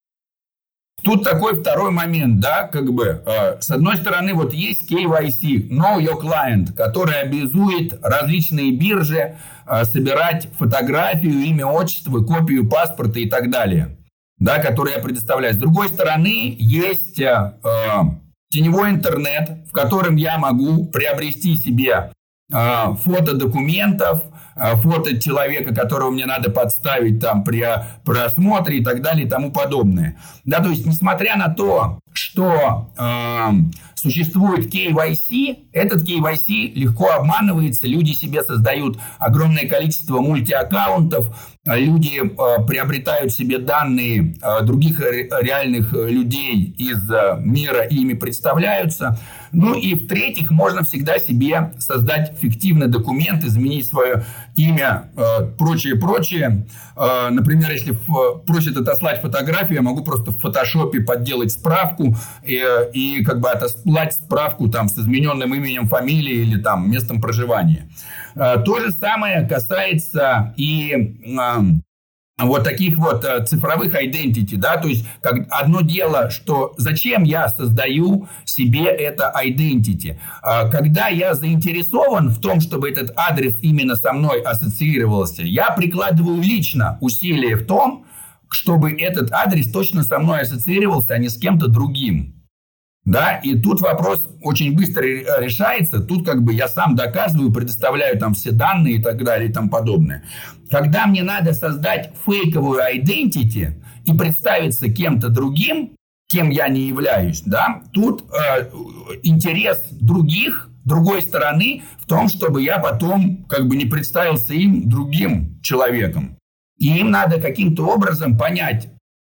B: Тут такой второй момент, да, как бы, э, с одной стороны, вот есть кей вай си, Know Your Client, который обязует различные биржи э, собирать фотографию, имя, отчество, копию паспорта и так далее, да, которые я предоставляю. С другой стороны, есть э, э, теневой интернет, в котором я могу приобрести себе э, фото документов, фото человека, которого мне надо подставить там при просмотре и так далее и тому подобное. Да, то есть, несмотря на то, что э, существует кей вай си, этот кей вай си легко обманывается, люди себе создают огромное количество мультиаккаунтов, люди э, приобретают себе данные э, других реальных людей из э, мира, ими представляются. Ну и в-третьих, можно всегда себе создать фиктивный документ, изменить свое имя, э, прочее, прочее. Э, например, если в, просит отослать фотографию, я могу просто в фотошопе подделать справку и, и как бы отослать справку там с измененным именем, фамилией или там местом проживания. Э, то же самое касается и э, вот таких вот цифровых identity, да, то есть как одно дело, что зачем я создаю себе это identity, когда я заинтересован в том, чтобы этот адрес именно со мной ассоциировался, я прикладываю лично усилия в том, чтобы этот адрес точно со мной ассоциировался, а не с кем-то другим. Да, и тут вопрос очень быстро решается. Тут как бы я сам доказываю, предоставляю там все данные и так далее и тому подобное. Когда мне надо создать фейковую identity и представиться кем-то другим, кем я не являюсь, да, тут э, интерес других, другой стороны в том, чтобы я потом как бы не представился им другим человеком. И им надо каким-то образом понять,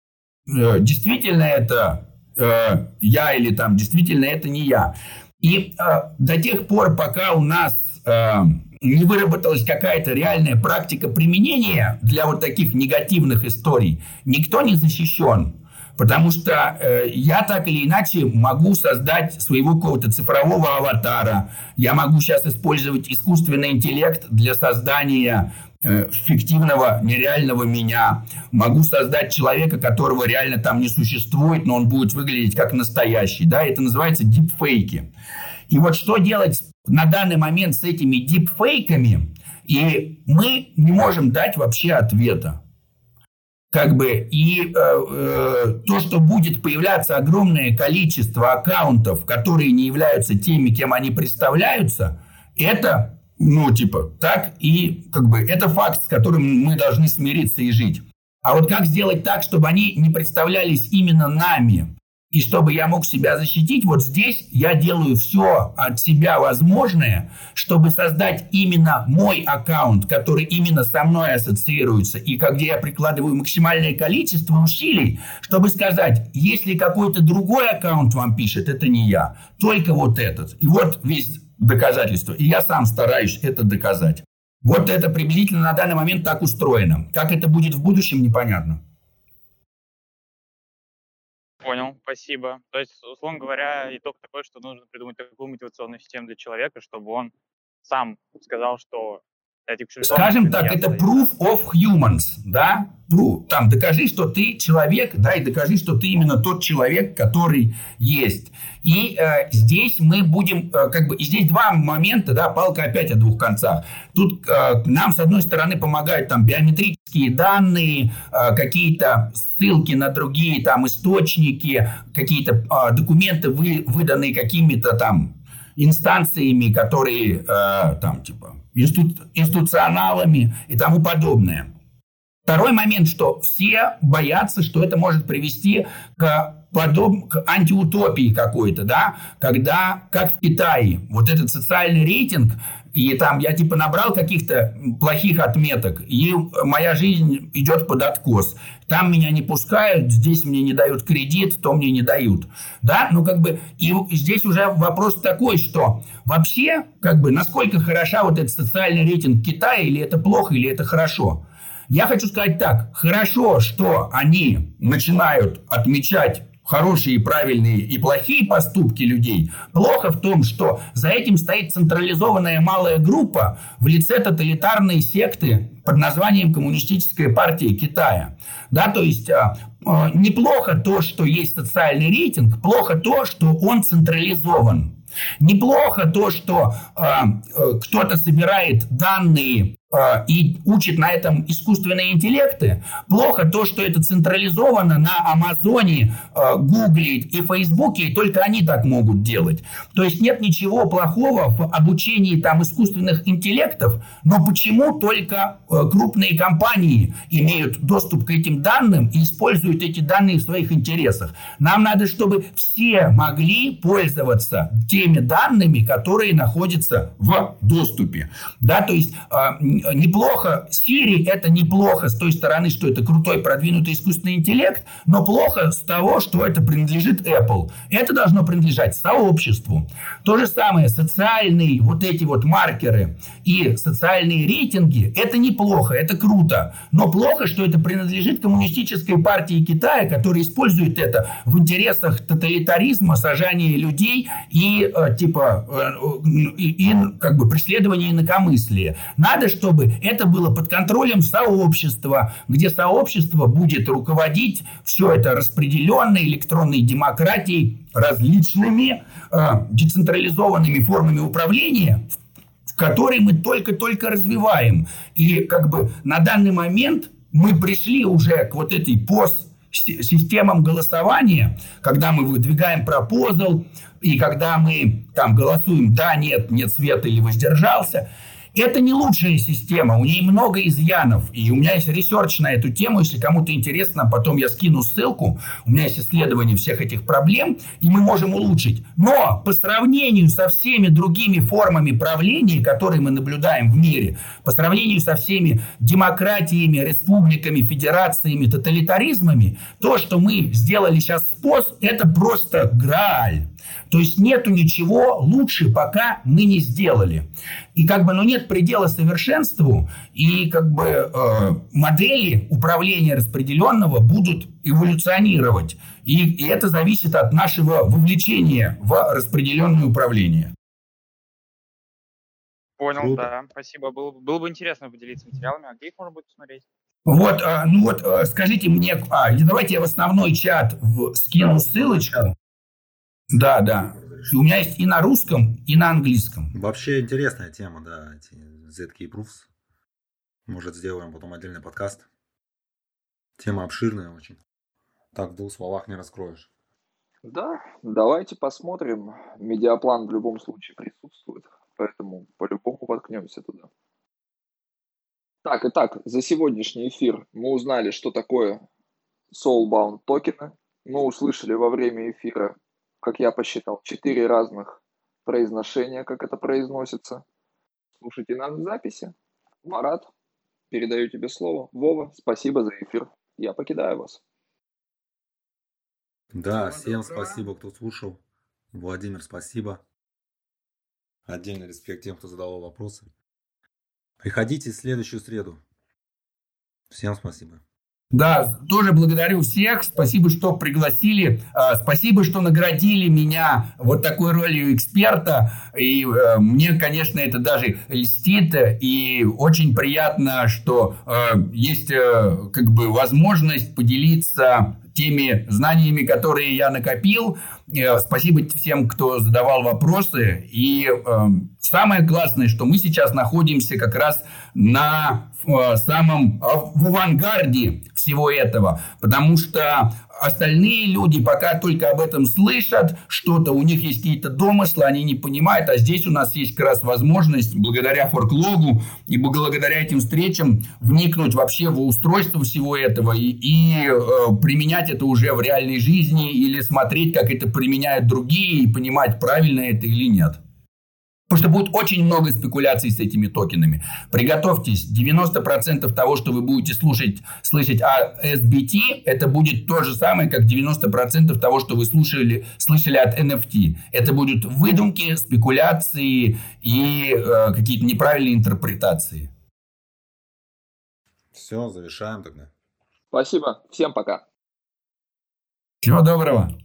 B: э, действительно это я или там действительно это не я. И э, до тех пор, пока у нас э, не выработалась какая-то реальная практика применения для вот таких негативных историй, никто не защищен. Потому что э, я так или иначе могу создать своего какого-то цифрового аватара. Я могу сейчас использовать искусственный интеллект для создания э, фиктивного, нереального меня. Могу создать человека, которого реально там не существует, но он будет выглядеть как настоящий. Да? Это называется дипфейки. И вот что делать на данный момент с этими дипфейками? И мы не можем дать вообще ответа. Как бы, и э, э, то, что будет появляться огромное количество аккаунтов, которые не являются теми, кем они представляются, это, ну, типа, так и, как бы, это факт, с которым мы должны смириться и жить. А вот как сделать так, чтобы они не представлялись именно нами, и чтобы я мог себя защитить, вот здесь я делаю все от себя возможное, чтобы создать именно мой аккаунт, который именно со мной ассоциируется, и где я прикладываю максимальное количество усилий, чтобы сказать, если какой-то другой аккаунт вам пишет, это не я, только вот этот. И вот весь доказательство. И я сам стараюсь это доказать. Вот это приблизительно на данный момент так устроено. Как это будет в будущем, непонятно.
F: Понял, спасибо. То есть, условно говоря, итог такой, что нужно придумать такую мотивационную систему для человека, чтобы он сам сказал, что этих кошельков...
B: Скажем так, это proof of humans, да? Proof. Там, докажи, что ты человек, да, и докажи, что ты именно тот человек, который есть. И э, здесь мы будем, э, как бы, и здесь два момента, да, палка опять о двух концах. Тут э, нам, с одной стороны, помогают там биометрические данные, э, какие-то ссылки на другие там источники, какие-то э, документы, вы, выданные какими-то там инстанциями, которые э, там, типа, инсту- институционалами и тому подобное. Второй момент, что все боятся, что это может привести к, подоб... к антиутопии какой-то, да, когда, как в Китае, вот этот социальный рейтинг, и там я типа набрал каких-то плохих отметок, и моя жизнь идет под откос. Там меня не пускают, здесь мне не дают кредит, то мне не дают. Да, ну как бы, и здесь уже вопрос такой, что вообще, как бы, насколько хороша вот этот социальный рейтинг Китая, или это плохо, или это хорошо. Я хочу сказать так, хорошо, что они начинают отмечать хорошие, правильные и плохие поступки людей. Плохо в том, что за этим стоит централизованная малая группа в лице тоталитарной секты под названием Коммунистическая партия Китая. Да, то есть а, а, неплохо то, что есть социальный рейтинг, плохо то, что он централизован. Неплохо то, что а, а, кто-то собирает данные и учит на этом искусственные интеллекты. Плохо то, что это централизовано на Амазоне, Гугле и Фейсбуке, и только они так могут делать. То есть нет ничего плохого в обучении там искусственных интеллектов, но почему только крупные компании имеют доступ к этим данным и используют эти данные в своих интересах? Нам надо, чтобы все могли пользоваться теми данными, которые находятся в доступе. Да, то есть неплохо, Siri это неплохо с той стороны, что это крутой продвинутый искусственный интеллект, но плохо с того, что это принадлежит Apple. Это должно принадлежать сообществу. То же самое, социальные вот эти вот маркеры и социальные рейтинги, это неплохо, это круто, но плохо, что это принадлежит Коммунистической партии Китая, которая использует это в интересах тоталитаризма, сажания людей и э, типа э, и, и как бы преследования инакомыслия. Надо, чтобы это было под контролем сообщества, где сообщество будет руководить все это распределенной электронной демократией, различными э, децентрализованными формами управления, в которые мы только-только развиваем. И как бы на данный момент мы пришли уже к вот этой пост-системам голосования, когда мы выдвигаем пропозал, и когда мы там голосуем «да», «нет», «нет света» или «воздержался». Это не лучшая система, у нее много изъянов. И у меня есть ресерч на эту тему, если кому-то интересно, потом я скину ссылку. У меня есть исследование всех этих проблем, и мы можем улучшить. Но по сравнению со всеми другими формами правления, которые мы наблюдаем в мире, по сравнению со всеми демократиями, республиками, федерациями, тоталитаризмами, то, что мы сделали сейчас с ПОС, это просто грааль. То есть нету ничего лучше, пока мы не сделали. И как бы, ну, нет предела совершенству, и как бы э, модели управления распределенного будут эволюционировать. И, и это зависит от нашего вовлечения в распределенное управление.
F: Понял,
C: Круто.
F: да, спасибо. Было, было бы интересно поделиться материалами, а где их можно будет посмотреть?
B: Вот, а, ну вот, а, скажите мне, а, давайте я в основной чат в, скину ссылочку. Да, да. И у меня есть и на русском, и на английском.
C: Вообще интересная тема, да, эти зет кей Proofs. Может, сделаем потом отдельный подкаст. Тема обширная очень. Так в двух словах не раскроешь.
A: Да, давайте посмотрим. Медиаплан в любом случае присутствует, поэтому по-любому воткнемся туда. Так, итак, за сегодняшний эфир мы узнали, что такое Soulbound токены. Мы услышали во время эфира, как я посчитал, четыре разных произношения, как это произносится. Слушайте нас в записи. Марат, передаю тебе слово. Вова, спасибо за эфир. Я покидаю вас.
C: Да, всем спасибо, кто слушал. Владимир, спасибо. Отдельный респект тем, кто задавал вопросы. Приходите в следующую среду. Всем спасибо.
B: Да, тоже благодарю всех. Спасибо, что пригласили. Спасибо, что наградили меня вот такой ролью эксперта. И мне, конечно, это даже льстит. И очень приятно, что есть как бы возможность поделиться теми знаниями, которые я накопил. Спасибо всем, кто задавал вопросы. И самое классное, что мы сейчас находимся как раз на самом в авангарде всего этого, потому что остальные люди пока только об этом слышат, что-то, у них есть какие-то домыслы, они не понимают, а здесь у нас есть как раз возможность, благодаря форклогу и благодаря этим встречам, вникнуть вообще в устройство всего этого и, и э, применять это уже в реальной жизни или смотреть, как это применяют другие и понимать, правильно это или нет. Потому что будет очень много спекуляций с этими токенами. Приготовьтесь, девяносто процентов того, что вы будете слушать, слышать о эс би ти, это будет то же самое, как девяносто процентов того, что вы слушали, слышали от эн эф ти. Это будут выдумки, спекуляции и э, какие-то неправильные интерпретации.
C: Все, завершаем тогда.
A: Спасибо. Всем пока.
B: Всего доброго.